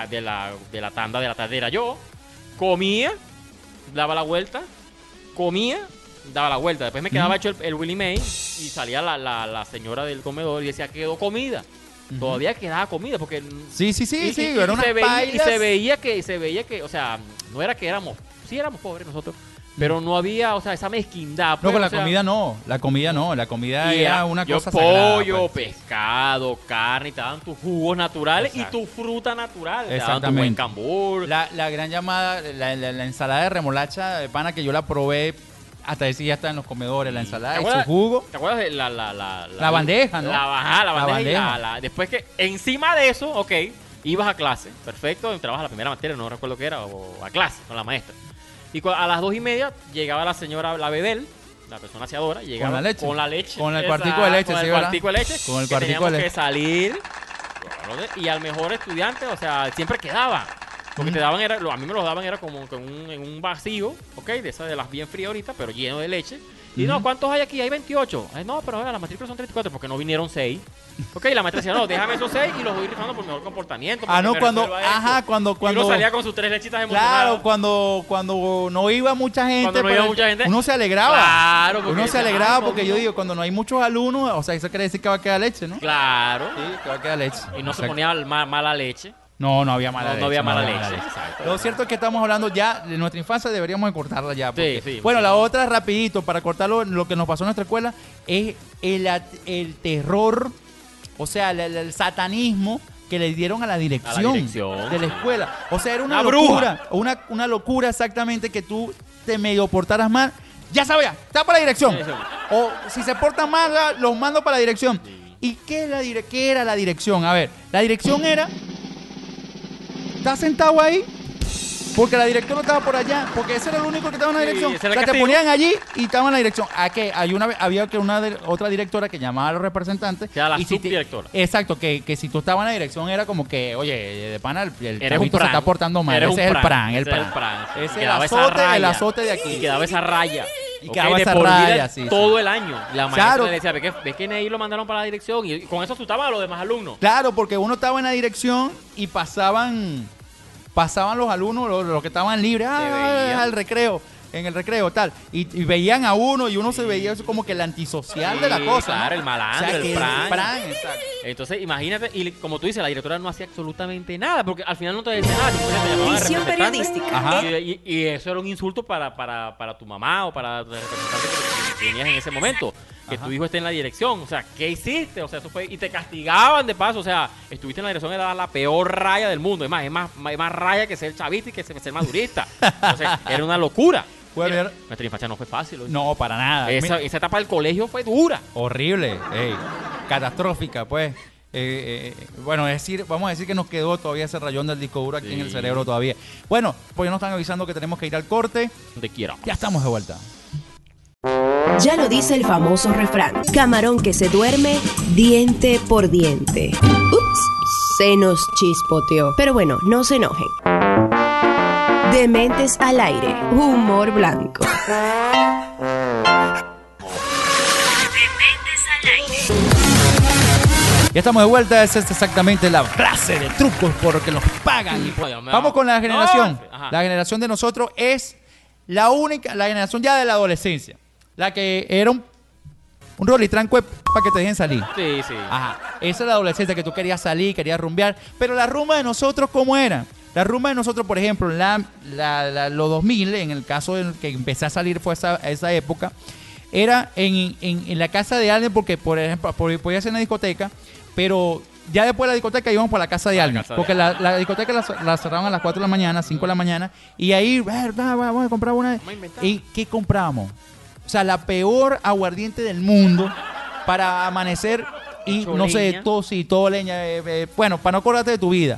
la tanda de la tarde era yo. Comía, daba la vuelta, comía, daba la vuelta. Después me quedaba hecho el Willy May y salía la señora del comedor y decía, quedó comida. Todavía quedaba comida porque Sí, era una y se veía que, o sea, no era que éramos pobres nosotros, pero no había, o sea, esa mezquindad. No, pues, con o la sea, comida no. La comida y era una yo cosa sagrada, pollo, pues. pescado, carne, y te daban tus jugos naturales Exacto. y tu fruta natural. Te daban tu buen Exactamente. cambur. La gran llamada, la ensalada de remolacha de pana que yo la probé, hasta decir ya está en los comedores, la ensalada y su jugo. ¿Te acuerdas de la bandeja, ¿no? La bandeja. La bandeja. Después que encima de eso, ok, ibas a clase, perfecto, entrabas a la primera materia, no recuerdo qué era, o a clase con la maestra. Y a las 2:30 llegaba la señora, la Bebel, la persona aseadora, llegaba la leche. Con la leche. Con el Exacto, cuartico de leche, con sí, el ¿verdad? cuartico de leche. Con el que cuartico teníamos de leche. que salir. Y al mejor estudiante, o sea, siempre quedaba. Porque te daban, a mí me los daban, era como que en un vacío, ¿ok? De esas de las bien frías ahorita, pero lleno de leche. Y no, ¿cuántos hay aquí? Hay 28. Ay, no, pero las matrículas son 34 porque no vinieron 6. Ok, la maestra decía, no, déjame esos 6 y los voy rifando por mejor comportamiento. Ah, porque no, me cuando, resuelva esto. ajá, cuando, Y uno salía con sus 3 lechitas claro, emocionadas. cuando no iba mucha gente, Cuando no iba mucha gente, uno se alegraba. claro, porque Uno se decía, alegraba ay, porque no, yo no. digo, cuando no hay muchos alumnos, o sea, eso quiere decir que va a quedar leche, ¿no? Claro. Sí, que va a quedar leche. Y no se Exacto. ponía mala leche. No había mala leche. No había mala leche. Exacto. Lo cierto es que estamos hablando ya de nuestra infancia, deberíamos de cortarla ya. Porque, Sí, bueno, sí. la otra, rapidito, para cortarlo, lo que nos pasó en nuestra escuela, es el terror, o sea, el satanismo que le dieron a la dirección, dirección, de la sí. escuela. O sea, era una Una locura, una locura exactamente que tú te medio portaras mal. Ya sabía, está para la dirección. Sí, sí. O si se portan mal, los mando para la dirección. ¿Y qué era la dirección? A ver, la dirección era... ¿Estás sentado ahí? Porque la directora estaba por allá. Porque ese era el único que estaba en la Sí, dirección. ese O era el sea, te castigo. ponían allí y estaban en la dirección. Había que otra directora que llamaba a los representantes. Que era la y si te- subdirectora. exacto, que si tú estabas en la dirección era como que, oye, de pana, el Eres un chavito se pran. está portando mal. Eres Ese un es el pran. ese es el pran. Ese Y es quedaba esa el raya. azote de aquí. Y quedaba esa raya. Y Ok, quedaba de esa por vida raya, sí, todo sí. el año. La maestra Claro. le decía, ¿ves que Ney lo mandaron para la dirección? Y con eso asustaban a los demás alumnos. Claro, porque uno estaba en la dirección y pasaban los alumnos, los que estaban libres, veía. al recreo. en el recreo, tal. Y veían a uno y uno se veía eso como que el antisocial de la cosa. Claro, ¿no? el malandro, O sea, el que pran. exacto. Entonces, imagínate, y como tú dices, la directora no hacía absolutamente nada, porque al final no te decía nada. Simplemente te llamaban Visión representante. periodística. Ajá. Y eso era un insulto para tu mamá o para el representante que tenías en ese momento. Que Ajá. tu hijo esté en la dirección. O sea, ¿qué hiciste? O sea, eso fue. Y te castigaban de paso. O sea, estuviste en la dirección, era la peor raya del mundo. Es más raya que ser chavista y que ser madurista. Entonces, era una locura. Bueno, Mira, nuestra infancia no fue fácil. ¿oíste? No, para nada. Esa etapa del colegio fue dura. Horrible, ey, catastrófica, pues. Bueno, vamos a decir que nos quedó todavía ese rayón del disco duro aquí en el Sí. cerebro todavía. Bueno, pues ya nos están avisando que tenemos que ir al corte. Donde quiera. Ya estamos de vuelta. Ya lo dice el famoso refrán: camarón que se duerme, diente por diente. Ups, se nos chispoteó. Pero bueno, no se enojen. Dementes al aire, humor blanco. Ya estamos de vuelta, esa es exactamente la frase de trucos porque nos pagan. Y Bueno, me vamos va- con la generación. No, ajá. La generación de nosotros es la generación ya de la adolescencia. La que era un rolitranco para que te dejen salir. Sí, sí. Ajá, esa es la adolescencia que tú querías salir, querías rumbear. Pero la rumba de nosotros, ¿cómo era? La rumba de nosotros, por ejemplo, los 2000, en el caso en que empecé a salir fue esa época, era en la casa de alguien porque, por ejemplo, podía ser en la discoteca, pero ya después de la discoteca íbamos por la casa de alguien. casa de Porque la discoteca la cerraban a las 4 de la mañana, 5 de la mañana, y ahí, vamos a comprar una. Vamos a inventar. ¿Y qué compramos? O sea, la peor aguardiente del mundo para amanecer y Hecho no sé, leña. todo leña. Bueno, para no acordarte de tu vida.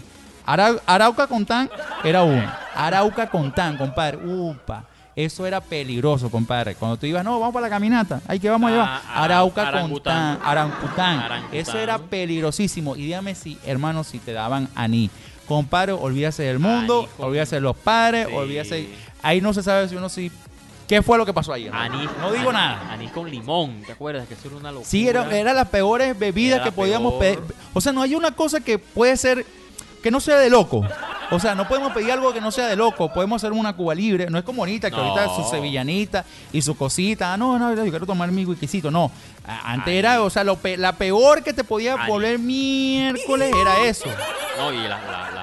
Arauca con tan era uno. Arauca con tan, compadre. Upa. Eso era peligroso, compadre. Cuando tú ibas, no, vamos para la caminata. Ay, que vamos a llevar. Arauca con tan, Arangután. Eso era peligrosísimo. Y dígame si, hermano, si te daban anís. Compadre, olvídase del mundo, Anís con- olvídase de los padres, Sí. olvídase. Ahí no se sabe si uno sí. ¿Qué fue lo que pasó ahí, hermano? Anís, No digo anís- nada. Anís con limón, ¿te acuerdas? Que eso era una locura. Sí, era las peores bebidas Era que podíamos peor. pedir. O sea, no hay una cosa que puede ser que no sea de loco. O sea, no podemos pedir algo que no sea de loco. Podemos hacer una Cuba Libre. No es como ahorita, que No. ahorita su sevillanita y su cosita. Ah, no, yo quiero tomar mi whiskycito. No. Antes Anís. era, o sea, la peor que te podía Anís. volver miércoles era eso. No, y las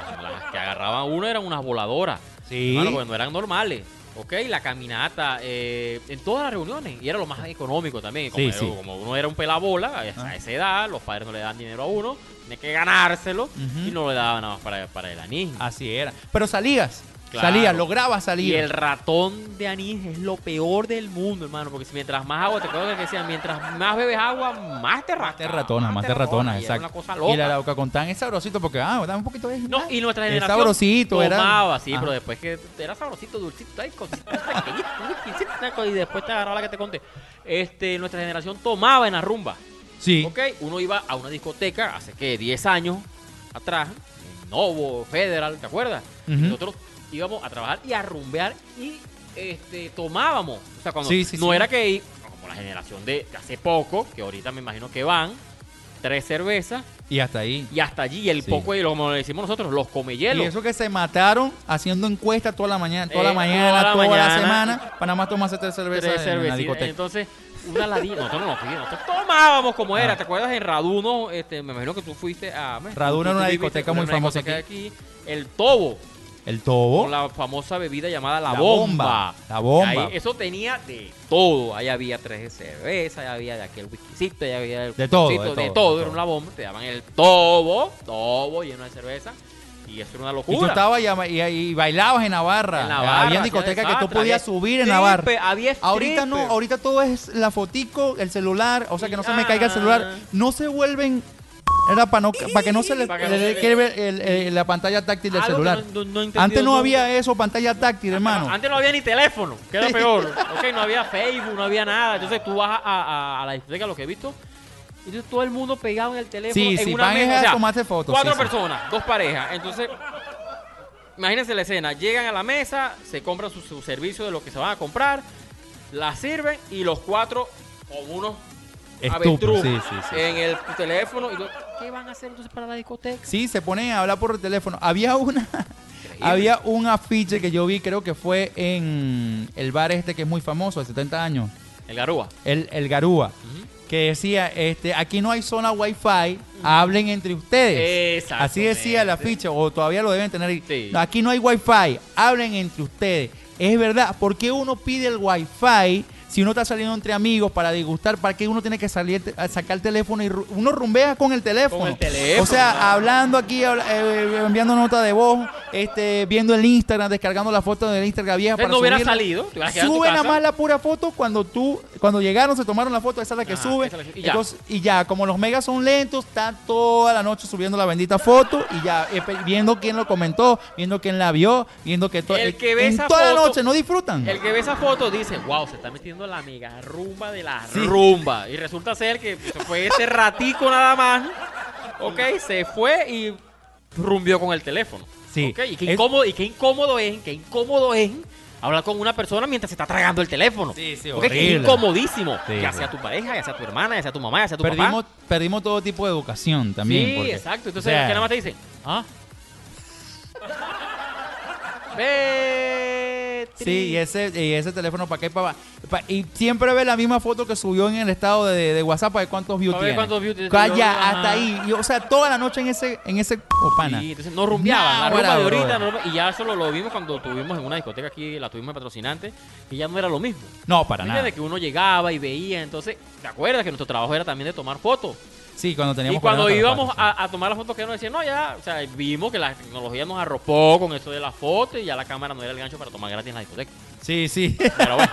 que agarraban uno eran unas voladoras. Sí. Hermano, porque no eran normales. Ok, la caminata, en todas las reuniones. Y era lo más económico también. Como, Sí, era- sí. como uno era un pelabola, a esa edad, los padres no le daban dinero a uno. Tiene que ganárselo. Ujú. Y no le daban nada más para el anís. Así era. Pero salías. Claro. Salías, lograbas Y salir. el ratón de anís es lo peor del mundo, hermano. Porque si mientras más agua, te acuerdas que decían, mientras más bebes agua, más te rasca. Más te ratonas, y era exacto. una cosa loca. Y la Arauca con tan es sabrosito porque, dame un poquito de. No, y nuestra Es generación sabrosito, era. tomaba, sí, Ajá. pero después que era sabrosito, dulcito, ay, cosita pequeñita, una cosa, y después te agarraba la que te conté. Nuestra generación tomaba en la rumba, Sí. ¿ok? Uno iba a una discoteca hace, ¿qué? 10 años atrás, en Novo, Federal, ¿te acuerdas? Y Ujú. nosotros íbamos a trabajar y a rumbear y tomábamos. O sea, cuando Sí, sí, no sí. era que como la generación de hace poco, que ahorita me imagino que van, 3 cervezas Y hasta ahí. y hasta allí el Sí. poco, y como le decimos nosotros, los comehielos. Y eso que se mataron haciendo encuestas toda la mañana, toda la mañana. semana, para nada más tomarse 3 cervezas Tres en la cervecitas. discoteca. Entonces, una ladilla. Nosotros no nos fuimos, nosotros tomábamos como era. ¿Te acuerdas en Raduno? Me imagino que tú fuiste a. Raduno era una viviste discoteca en muy una famosa discoteca aquí. El Tobo, El tobo. con la famosa bebida llamada La La Bomba. Bomba, La Bomba. Ahí, eso tenía de todo. Ahí había 3 de cerveza, ahí había de aquel whiskycito, ahí había el De todo, whiskycito, de de todo, todo. de Era todo. una bomba, te daban el Tobo lleno de cerveza. Y eso era una Y locura. tú estabas y bailabas en Navarra. En Navarra, Había hacía discotecas que tú desastre, podías había subir en stripper, Navarra. había Ahorita no, stripper. ahorita todo es la fotico, el celular, o sea que no se me caiga el celular. No se vuelven. Era para que no se le Para que no se le- quede la pantalla táctil del Algo que celular. no he entendido Antes no nunca. había eso, pantalla táctil, hermano. Antes no había ni teléfono, que era peor. Ok, no había Facebook, no había nada. Entonces tú vas a la discoteca, lo que he visto, y entonces todo el mundo pegado en el teléfono. Sí, en sí, una van mesa, a o sea, tomarse fotos. 4 sí, sí. personas, 2 parejas. Entonces, imagínense la escena. Llegan a la mesa, se compran su servicio de lo que se van a comprar, la sirven y los 4 con unos Estúpido, avestruz sí. en el teléfono. Y ¿qué van a hacer entonces para la discoteca? Sí, se ponen a hablar por el teléfono. Había una había un afiche que yo vi, creo que fue en el bar este que es muy famoso, de 70 años. El Garúa. El Garúa. Que decía, aquí no hay zona Wi-Fi, hablen entre ustedes. Así decía el afiche, o todavía lo deben tener ahí. Sí. No, aquí no hay Wi-Fi, hablen entre ustedes. Es verdad, ¿por qué uno pide el Wi-Fi si uno está saliendo entre amigos para degustar? ¿Para qué uno tiene que salir a sacar el teléfono y uno rumbea con el teléfono? Con el teléfono. O sea, hablando aquí, enviando nota de voz, viendo el Instagram, descargando la foto del Instagram vieja para No hubiera subirla. salido. Te hubieras quedado en tu Sube nada casa. más la pura foto cuando llegaron, se tomaron la foto, esa es la que Ajá, sube. esa es la que- y ya. Entonces, y ya, como los megas son lentos, están toda la noche subiendo la bendita foto y ya, viendo quién lo comentó, viendo quién la vio, viendo que todo. El que ve en esa toda la foto- noche no disfrutan. El que ve esa foto dice, wow, se está metiendo la mega rumba de la Sí. rumba. Y resulta ser que se fue ese ratico nada más. Ok, se fue y rumbió con el teléfono. Sí. Ok, y qué incómodo es hablar con una persona mientras se está tragando el teléfono. Sí, sí, Ok, que es horrible. incomodísimo. Sí, ya sí. sea tu pareja, ya sea tu hermana, ya sea tu mamá, ya sea tu Perdimos todo tipo de educación papá. también. Sí, porque, exacto. Entonces, o sea, ¿qué nada más te dicen? ¿Ah? Beatriz. Sí, y ese teléfono para qué y para y siempre ve la misma foto que subió en el estado de WhatsApp de cuántos views Pa' ver tiene. cuántos views tiene. Calla, Ajá. hasta ahí. O sea, toda la noche en ese pana. Sí, entonces no rumbeaban. La Nah, rumba de brother. ahorita, y ya eso lo vimos cuando tuvimos en una discoteca aquí, la tuvimos de patrocinante, y ya no era lo mismo. No, para ¿Me nada. entiendes? Que uno llegaba y veía, entonces, ¿te acuerdas que nuestro trabajo era también de tomar fotos? Sí, cuando teníamos Y cuando problemas con íbamos los zapatos, a tomar las fotos que uno decía, no, ya, o sea, vimos que la tecnología nos arropó con eso de la foto y ya la cámara no era el gancho para tomar gratis en la discoteca. sí. Sí, Pero bueno,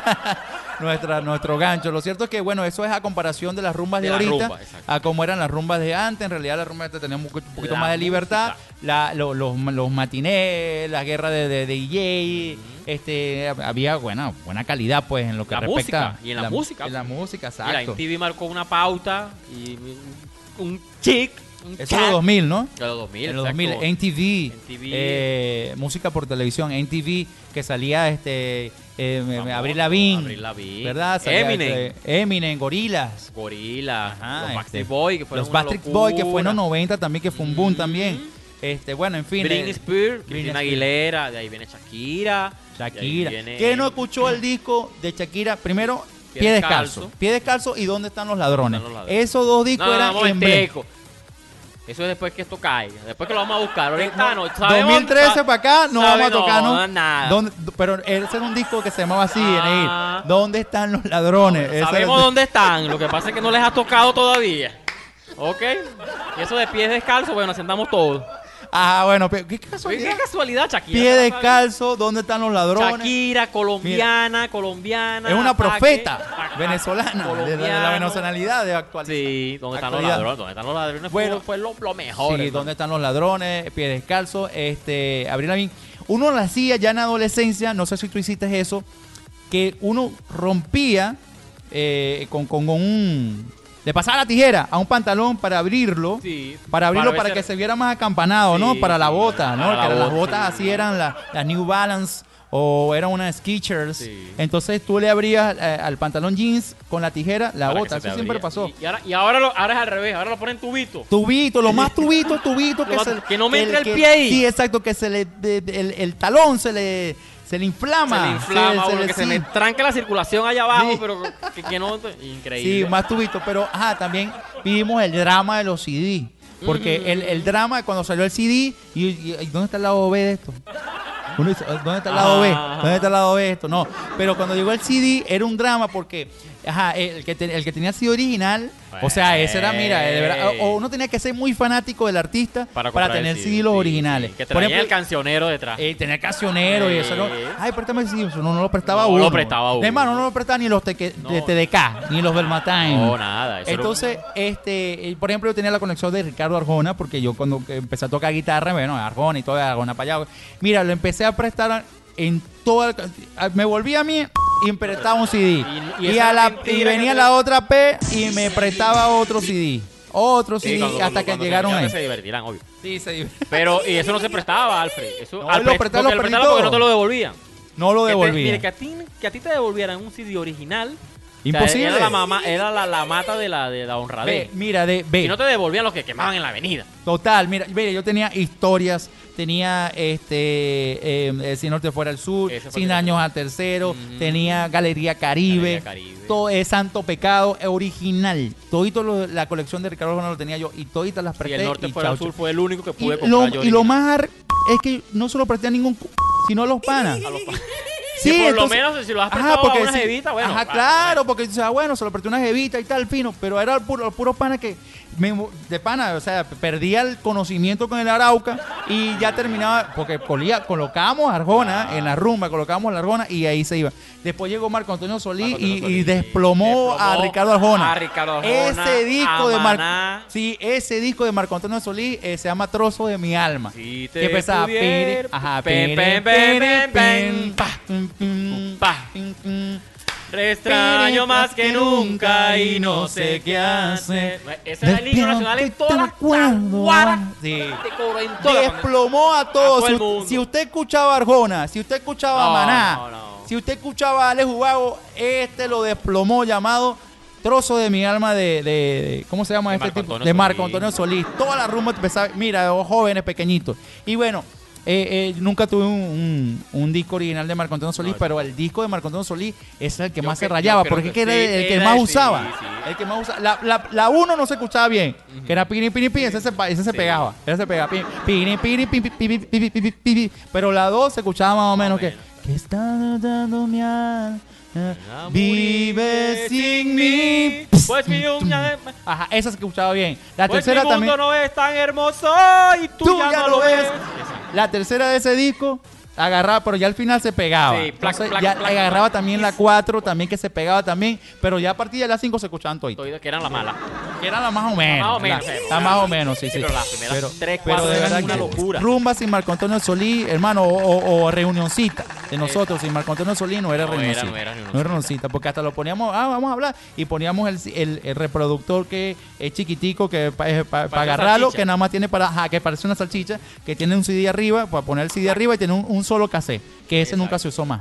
nuestro gancho. Lo cierto es que, bueno, eso es a comparación de las rumbas de De la ahorita, rumba, exacto. a cómo eran las rumbas de antes. En realidad, las rumbas de antes tenían un poquito La más de libertad. música. Los matinés, la guerra de DJ, había buena calidad, pues, en lo que La respecta. música, y en la música. En la música, y la exacto. MTV marcó una pauta y un chic, un Eso es cat. los 2000, ¿no? De los 2000, En los exacto. 2000, NTV, NTV. música por televisión, NTV, que salía Famoso, Avril Lavigne, Avril Lavigne. ¿verdad? Salía, Eminem. Eminem, Gorillaz, Gorila, Ajá, los Backstreet Boys, que fueron los una Backstreet Boys, que fue en los locura. 90 también, que fue un boom también. Bueno, en fin. Britney Spears, Cristina Spears. Aguilera, de ahí viene Shakira. Shakira. de ahí viene- ¿Quién no escuchó el disco de Shakira? Primero, Pie Pie Descalzo. Descalzo. Pie Descalzo y ¿Dónde están los ladrones? ¿Dónde están los ladrones? Esos dos discos No, eran momentico. Eso es después que esto caiga. Después que lo vamos a buscar. Ahorita no. 2013 para acá no vamos a tocar, ¿no? Nada. Pero ese era un disco que se llamaba así, Ah. Eneir. ¿Dónde están los ladrones? Ese Sabemos era- dónde están. Lo que pasa es que no les ha tocado todavía. ¿Ok? Y eso de pies descalzos, bueno, sentamos todos. Ah, bueno, ¿qué Oye, casualidad? qué casualidad, Shakira. Pie Descalzo, ¿dónde están los ladrones? Shakira, colombiana. Es una ataque, profeta ataque, venezolana, de la colombiano. venezolana de actual. Sí, ¿dónde están los Actualidad. ladrones? ¿Dónde están los ladrones? Bueno, fue lo mejor. Sí, hermano. ¿dónde están los ladrones? Pie Descalzo, Avril Lavigne. Uno lo hacía ya en adolescencia, no sé si tú hiciste eso, que uno rompía con un... Le pasaba la tijera a un pantalón para abrirlo. Sí, Para abrirlo ver para si que era- se viera más acampanado, ¿no? Sí, Para la sí, bota, ¿no? para la Que las bota, botas sí. así eran las New Balance o eran unas Skechers. Sí. Entonces tú le abrías al pantalón jeans con la tijera la para que bota. se te Eso siempre abría. pasó. Y ahora es al revés. Ahora lo ponen tubito. Tubito, lo más tubito Lo más- que no me entre el pie ahí. Sí, exacto, que el talón se le inflama. Se le inflama, que se sí. me tranca la circulación allá abajo, Sí. pero que no. Increíble. Sí, más tubito. Pero, también vivimos el drama de los CD. Porque el drama cuando salió el CD, y ¿dónde está el lado B de esto? Uno dice, ¿dónde está el lado B? Ajá. ¿Dónde está el lado B de esto? No, pero cuando llegó el CD era un drama porque el que tenía el CD original, o sea, ese era, mira, de verdad, o uno tenía que ser muy fanático del artista para comprar el tener CD, CD los sí, originales. sí, que Por traía ejemplo, el cancionero detrás. tener cancionero y eso, ¿no? Sí. Ay, préstame el CD, eso no lo prestaba No uno. lo prestaba uno. Hermano, no lo prestaba ni los de TDK, ni los Belmatime. No, nada. Eso era- Entonces, por ejemplo, yo tenía la conexión de Ricardo Arjona, porque yo cuando empecé a tocar guitarra, bueno, Arjona y todo, Arjona para allá. Mira, lo empecé a prestar en toda me volví a mí y me prestaba un CD. Y Y, esa y mentira venía que- la otra P y me prestaba otro CD. Otro Sí, CD cuando- hasta cuando- que cuando llegaron se ahí. se divertirán, obvio. Sí, Pero, y eso no se prestaba, Alfred. Eso, No, Alfred, lo prestaba, porque lo perdí prestaba porque no todo. te lo devolvían. No lo devolví. Mire, que a ti te devolvieran un CD original. o sea, Imposible. era la mata de la honradez. Ve, mira, Y no te devolvían los que quemaban en la avenida. Total, mira, yo tenía historias, tenía Sin Norte Fuera del Sur, Ese fue 100 el que años al tercero, tenía Galería Caribe, Galería Caribe. todo es Santo Pecado original. Todito la colección de Ricardo Arjona lo tenía yo y toditas las Y presté. el Norte y Fuera del chau, Sur fue el único que y pude lo, comprar yo. y lo original. más es que no se lo presté a ningún sino a los panas. A los pa- Sí, que por entonces- lo menos si lo has Ajá, prestado a porque una sí. jevita, bueno. Ajá, claro, porque o sea, bueno, se lo presté a una jevita y tal, fino, pero era los puros panas que de pana, o sea, perdía el conocimiento con el Arauca y ya terminaba, porque colocábamos Arjona en la rumba, colocábamos la Arjona y ahí se iba. Después llegó Marco Antonio Solís Marco Antonio y Solís, desplomó a Ricardo Arjona. a Ricardo Arjona, Ese disco a de Maná. Sí, ese disco de Marco Antonio Solís se llama Trozo de mi alma. Si Que te empezaba pudiera- ajá, pen, pen, pen, pen, pen, pa, pum, pum, pa. pum, pum. Te extraño más que nunca y no sé qué hacer. Ese era el himno nacional en todas las taguaras. Sí. Te cobró en todas las- Desplomó a todos. todo el Si, mundo. si usted escuchaba Arjona, si usted escuchaba No, Maná, no. si usted escuchaba a Alex Ubago, lo desplomó, llamado Trozo de mi alma ¿cómo se llama De este Marco tipo? Antonio De Marco Solís. Antonio Solís. Toda la rumba empezaba, mira, jóvenes pequeñitos. Y bueno, nunca tuve un disco original de Marco Antonio Solís, No, pero el disco de Marco Antonio Solís es el que Yo más se que- yo rayaba, creo porque que era sí, el que era más el- usaba. sí, sí. El que más usaba. La 1 no se escuchaba bien, que era pini, pini, pini, ese se pegaba. Ese se pegaba. Pini, pini, pini, pini, pini, pini, pini. Pero la 2 se escuchaba más o menos que está dando mi alma, vive sin mí. Pues mi Ajá, esa se escuchaba bien. La pues tercera mi mundo también. no es tan hermoso y tú ya no lo ves. La tercera de ese disco agarraba, pero ya al final se pegaba. Sí, plac, Entonces, plac, ya plac, agarraba plac. también la 4, también que se pegaba también, pero ya a partir de la 5 se escuchaban toditos. Toditos que eran la mala. Que era la más o menos. Más o menos, La más o menos, sí, Sí, sí. pero las primeras tres, cuatro de eran verdad una que locura. Rumba sin Marco Antonio Solís, hermano, o reunioncita de nosotros sin Marco Antonio Solís no era No era, reunioncita. no era reunioncita. No era reunioncita, porque hasta lo poníamos, vamos a hablar, y poníamos el reproductor que es chiquitico, que para Parece agarrarlo, salchicha. que nada más tiene que parece una salchicha, que tiene un CD arriba, para poner el CD arriba y tiene un solo cassette, que ese nunca se usó más.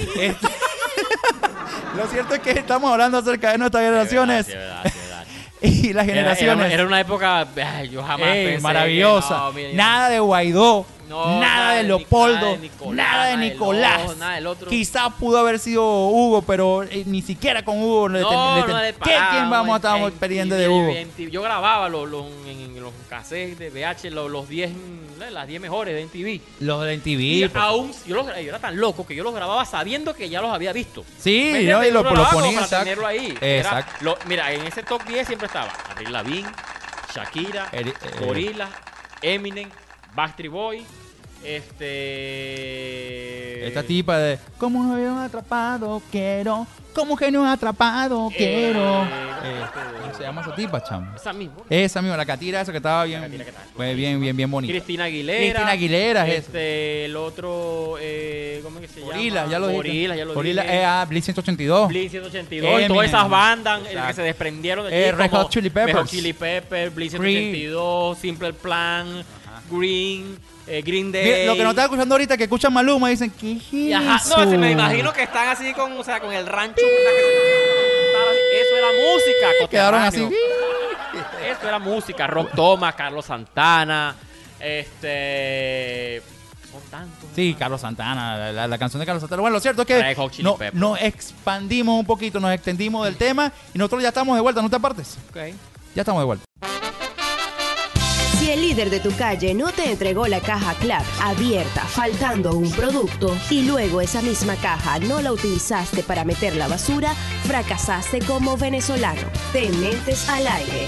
Lo cierto es que estamos hablando acerca de nuestras generaciones Sí, verdad, sí, verdad. y las generaciones. Era una época, ay, yo jamás Ey, pensé maravillosa. que, no, mira, nada de Guaidó, No, nada de Nicolás, Leopoldo, Nicolás, nada de Nicolás. nada del otro. Quizás pudo haber sido Hugo, pero ni siquiera con Hugo no le ¿Quién vamos a estar perdiendo de Hugo? Yo grababa en los cassettes de VH los 10, las 10 mejores de MTV. Los de Y MTV. aún, yo era tan loco que yo los grababa sabiendo que ya los había visto. Sí, ¿Me ¿no? entiendes? Y lo Uno grababa como ponía para exacto. tenerlo ahí. Exacto. Mira, en ese top 10 siempre estaba Avril Lavigne, Shakira, Gorillaz, Eminem, Backstreet Boy, Esta tipa de ¿cómo me habían atrapado? Quiero. ¿Cómo que no atrapado? Quiero. ¿Cómo se llama esa tipa, chamo? esa misma. Esa misma, la catira esa que estaba bien. Catira que estaba. Fue bien bonita. Cristina Aguilera. Cristina Aguilera es esa. El otro, ¿cómo es que se Gorila, llama? ya lo dije. Gorila, ya lo Gorila, dije. Blitz 182. Blink 182, Eminem. todas esas bandas que Exacto. se desprendieron de allí, Red como Hot Chili Peppers. Red Hot Chili Peppers, Blink 182, Simple Plan, Green, Green Day. Mira, lo que no estaba escuchando ahorita, que escuchan Maluma, dicen, ¿qué es Y ajá, eso? no, se me imagino que están así con, o sea, con el rancho. Eso era música. Quedaron así. coterráneo. Eso era música. Rock Thomas, Carlos Santana. Son tantos. Sí, Carlos Santana, la canción de Carlos Santana. Bueno, lo cierto es Red Hot que Chili Peppers. nos expandimos un poquito, nos extendimos del tema y nosotros ya estamos de vuelta, no te apartes. Okay. Ya estamos de vuelta. Si el líder de tu calle no te entregó la caja CLAP abierta, faltando un producto, y luego esa misma caja no la utilizaste para meter la basura, fracasaste como venezolano. Dementes al aire.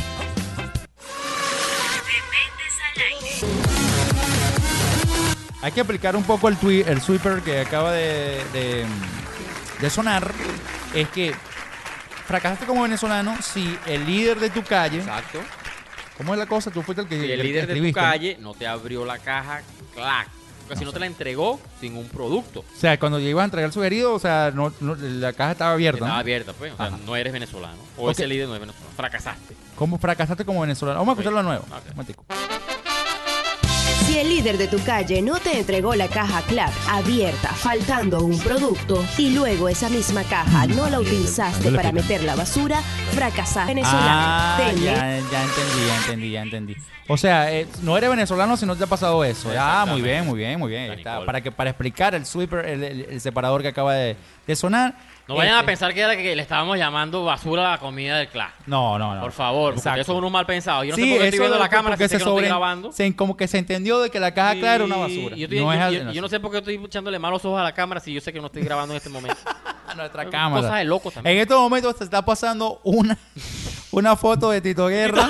Hay que aplicar un poco el sweeper que acaba de sonar. Es que fracasaste como venezolano si el líder de tu calle... Exacto. ¿Cómo es la cosa? Tú fuiste el que Si el que líder de tu escribiste, ¿no? calle no te abrió la caja, clac. Porque si no te la entregó sin un producto. O sea, cuando ibas a entregar el sugerido, o sea, la caja estaba abierta, Estaba ¿no? abierta, pues. O sea, Ajá. no eres venezolano. O Ok. ese líder no es venezolano. Fracasaste. ¿Cómo fracasaste como venezolano? Vamos a escucharlo de nuevo. Ok. Un momentico. Si Si el líder de tu calle no te entregó la caja CLAP abierta, faltando un producto, y luego esa misma caja no la utilizaste para meter la basura, fracasaste. Venezolano. Ya entendí. O sea, no eres venezolano si no te ha pasado eso. Ah, muy bien. Está, para explicar el sweeper, el separador que acaba de sonar. No vayan a pensar que era que le estábamos llamando basura a la comida del CLAP. No. Por favor, porque eso es unos mal pensados. Yo no sé por qué estoy eso viendo la cámara si sé que no estoy grabando. Como que se entendió de que la caja clara era una basura. Yo no sé por qué estoy echándole malos ojos a la cámara si yo sé que no estoy grabando en este momento. A nuestra cámara. Cosas de locos también. En estos momentos se está pasando una foto de Tito Guerra.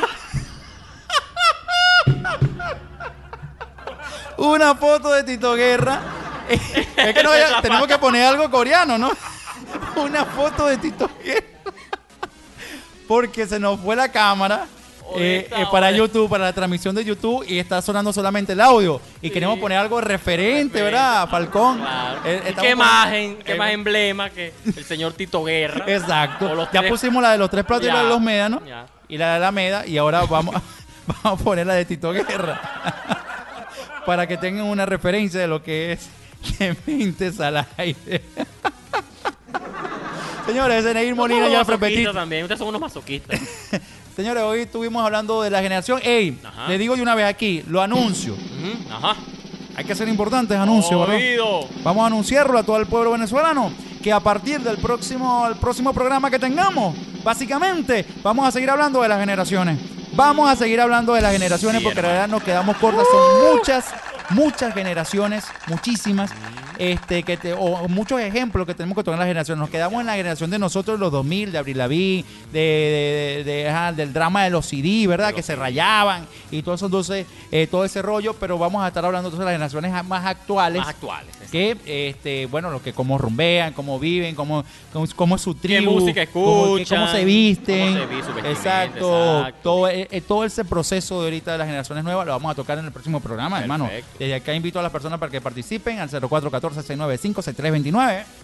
Una foto de Tito Guerra. Es que tenemos que poner algo coreano, ¿no? Una foto de Tito Guerra. Porque se nos fue la cámara para YouTube, para la transmisión de YouTube, y está sonando solamente el audio. Y queremos poner algo referente, ¿verdad, Falcón? Claro. ¿Qué más emblema que el señor Tito Guerra? Exacto. Ya pusimos la de los 3 platos y la de los médanos. Y la de Alameda. Y ahora vamos a poner la de Tito Guerra. Para que tengan una referencia de lo que es Dementes al Aire. Señores, Eneir Molina y Alfred Petit. También, ustedes son unos masoquistas. Señores, hoy estuvimos hablando de la generación. Le digo yo una vez aquí, lo anuncio. Hay que ser importantes anuncios, ¿verdad? Vamos a anunciarlo a todo el pueblo venezolano, que a partir del próximo programa que tengamos, básicamente, vamos a seguir hablando de las generaciones. Porque en realidad nos quedamos cortas. Son muchas generaciones, muchísimas, o muchos ejemplos que tenemos que tomar en las generaciones. Nos quedamos en la generación de nosotros, los 2000, de Avril Lavigne, del drama de los CD, ¿verdad? Que se rayaban y todo eso, entonces, todo ese rollo, pero vamos a estar hablando entonces de las generaciones más actuales. Que, lo que cómo rumbean, cómo viven, cómo es su tribu. ¿Qué música escuchan? Cómo se visten. Cómo se ve su vestimenta, exacto. Todo ese proceso de ahorita de las generaciones nuevas lo vamos a tocar en el próximo programa, hermano. Desde acá invito a las personas para que participen al 0414-695-6329.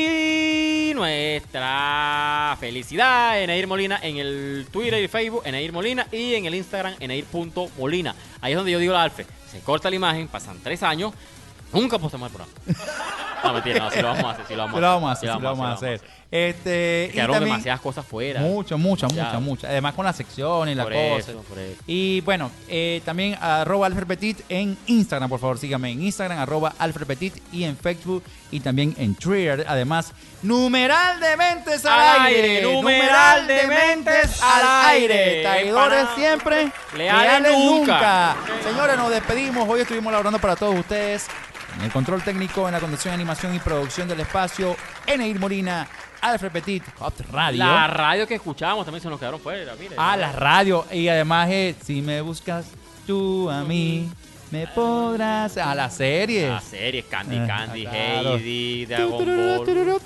Y nuestra felicidad, Eneir Molina, en el Twitter y Facebook, Eneir Molina, y en el Instagram, Eneir.molina. Ahí es donde yo digo a Alfred, se corta la imagen, pasan 3 años, nunca postamos el programa. No, mentira, no, sí lo vamos a hacer. Quedaron demasiadas cosas fuera. Muchas. Además con la sección y la cosa. Por eso. Y bueno, también @AlfredPetit en Instagram, por favor, síganme en Instagram, @AlfredPetit, y en Facebook y también en Twitter. Además, numeral de mentes al aire. Numeral de mentes al aire. Traidores siempre, leales nunca. Señores, nos despedimos. Hoy estuvimos laborando para todos ustedes. En el control técnico, en la conducción, animación y producción del espacio, Eneir Molina, Alfred Petit, Hot Radio. La radio que escuchábamos también se nos quedaron fuera. Mire, la radio. Y además, si me buscas tú a mí, me podrás... la serie. La serie, Candy, claro. Heidi, Dragon Ball.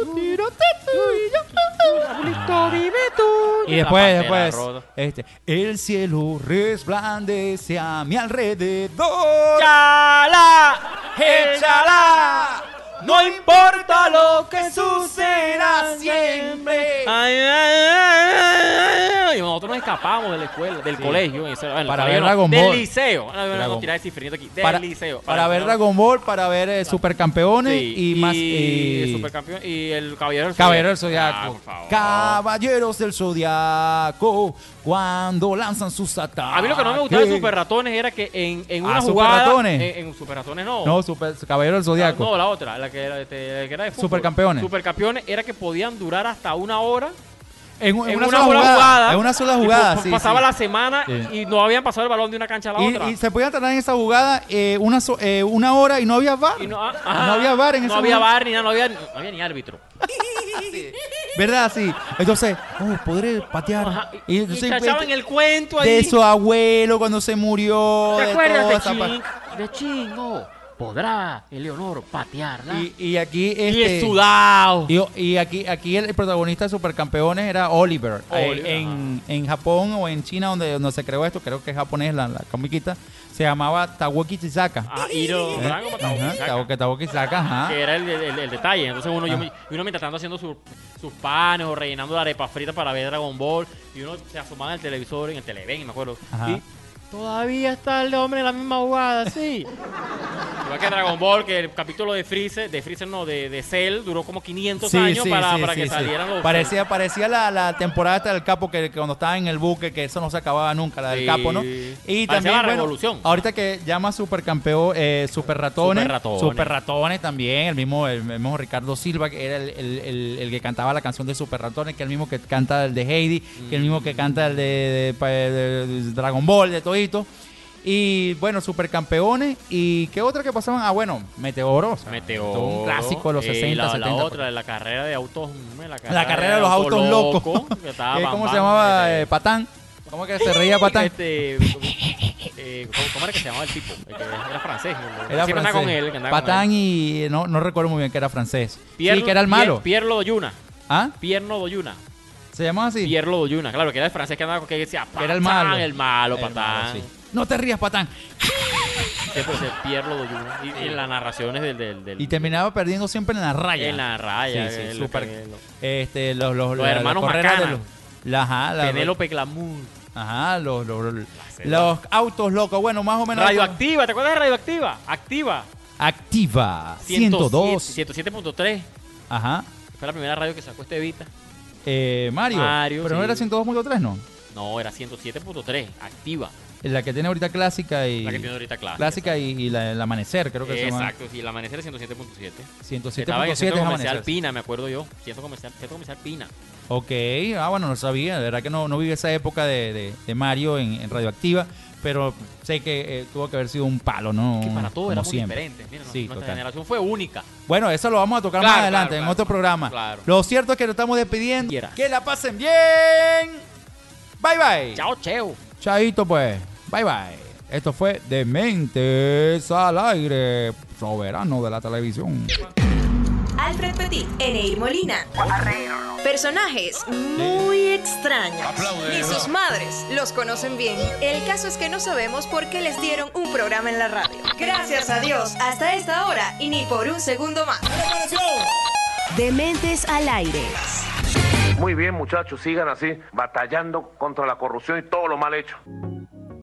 Y después, el cielo resplandece a mi alrededor. ¡Échala! No importa lo que suceda siempre. Y nosotros nos escapamos de la escuela, del colegio. Para ver Dragon Ball. Del liceo. No tirar ese cifrito aquí. Del liceo. Para ver Dragon Ball, para ver Supercampeones y más. Supercampeón y el Caballero del Zodiaco. Caballeros del Zodiaco, cuando lanzan sus ataques. A mí lo que no me gustaba de Super Ratones era que en una jugada. En Super Ratones no. No, Caballero del Zodiaco. No, la otra, la que era de fútbol. Supercampeones. Supercampeones era que podían durar hasta 1 hora. En una sola jugada. En una sola jugada. Pasaba la semana y no habían pasado el balón de una cancha a la otra. Y se podían tardar en esa jugada 1 hora y no había VAR. No había VAR en esa jugada. No había VAR ni nada, no había ni árbitro. ¿Verdad? Sí. Entonces, podré patear. Y echaban el cuento ahí. De su abuelo cuando se murió. ¿Te acuerdas de Chingo? ¿Podrá Eleonor patearla? Y aquí y es sudado. Y aquí el protagonista de Supercampeones era Oliver. En Japón o en China, donde se creó esto, creo que es japonés la comiquita, se llamaba Tawoki Chisaka. Hiro Drago Tawoki Chisaka, que era el detalle. Entonces uno mientras tanto haciendo sus panes o rellenando la arepa frita para ver Dragon Ball, y uno se asomaba en el televisor, en el Televen, me acuerdo. Y Todavía está el hombre en la misma jugada, sí. Igual que Dragon Ball, que el capítulo de Freezer no, de Cell, duró como 500 años para que salieran los... Parecía la temporada esta del Capo, que cuando estaba en el buque, que eso no se acababa nunca, la del Capo, ¿no? Y parecía también, la Revolución. Ahorita que llama supercampeón, Super Ratones también, el mismo Ricardo Silva, que era el que cantaba la canción de Super Ratones, que es el mismo que canta el de Heidi, que es el mismo que canta el de Dragon Ball, de todito. Y bueno, supercampeones. ¿Y qué otra que pasaban? Ah, bueno, Meteoro. O sea, Meteoro. Un clásico de los 60, 70. La otra, la carrera de autos. La carrera de los autos locos. ¿Cómo se llamaba? Patán. ¿Cómo que se reía Patán? ¿Cómo era que se llamaba el tipo? El que era francés. Era francés. Con él, Patán y... No recuerdo muy bien que era francés. Sí, que era el malo. Pierlo Doyuna. ¿Ah? Pierno Doyuna. ¿Se llamaba así? Pierlo Doyuna, claro, que era el francés que andaba con que decía Patán, era el malo. El malo, Patán. Sí. No te rías, Patán. Siempre decía Pierlo Doyuna. Y en las narraciones del... Y terminaba perdiendo siempre en la raya. En la raya. Sí, súper. Los hermanos Macana. Penélope Glamour. Ajá, los autos locos. Bueno, más o menos... Radioactiva, ¿te acuerdas de Radioactiva? Activa. 102. 107.3. Ajá. Fue la primera radio que sacó Estevita. Mario. Pero sí. No era 102.3, ¿no? No, era 107.3, Activa. La que tiene ahorita clásica y... La que tiene ahorita clásica y el amanecer, creo que se llama. Exacto, sí, el amanecer es 107.7. 107.7 Estaba en el es centro comercial amanecer. Pina, me acuerdo yo. Centro comercial Pina. Ok, bueno, no sabía. De verdad que no viví esa época de Mario en Radioactiva, pero sé que tuvo que haber sido un palo, ¿no? Que para todos éramos siempre. diferentes. Mira, sí, nuestra generación fue única. Bueno, eso lo vamos a tocar más adelante, en otro programa. Claro. Lo cierto es que nos estamos despidiendo. Que la pasen bien. Bye, bye. Chao, cheo. Chaito, pues. Bye, bye. Esto fue Dementes al Aire, soberano de la televisión. Alfred Petit, Eneir Molina. Personajes muy extraños. Ni sus madres los conocen bien. El caso es que no sabemos por qué les dieron un programa en la radio. Gracias a Dios, hasta esta hora y ni por un segundo más. Dementes al Aire. Muy bien, muchachos, sigan así, batallando contra la corrupción y todo lo mal hecho.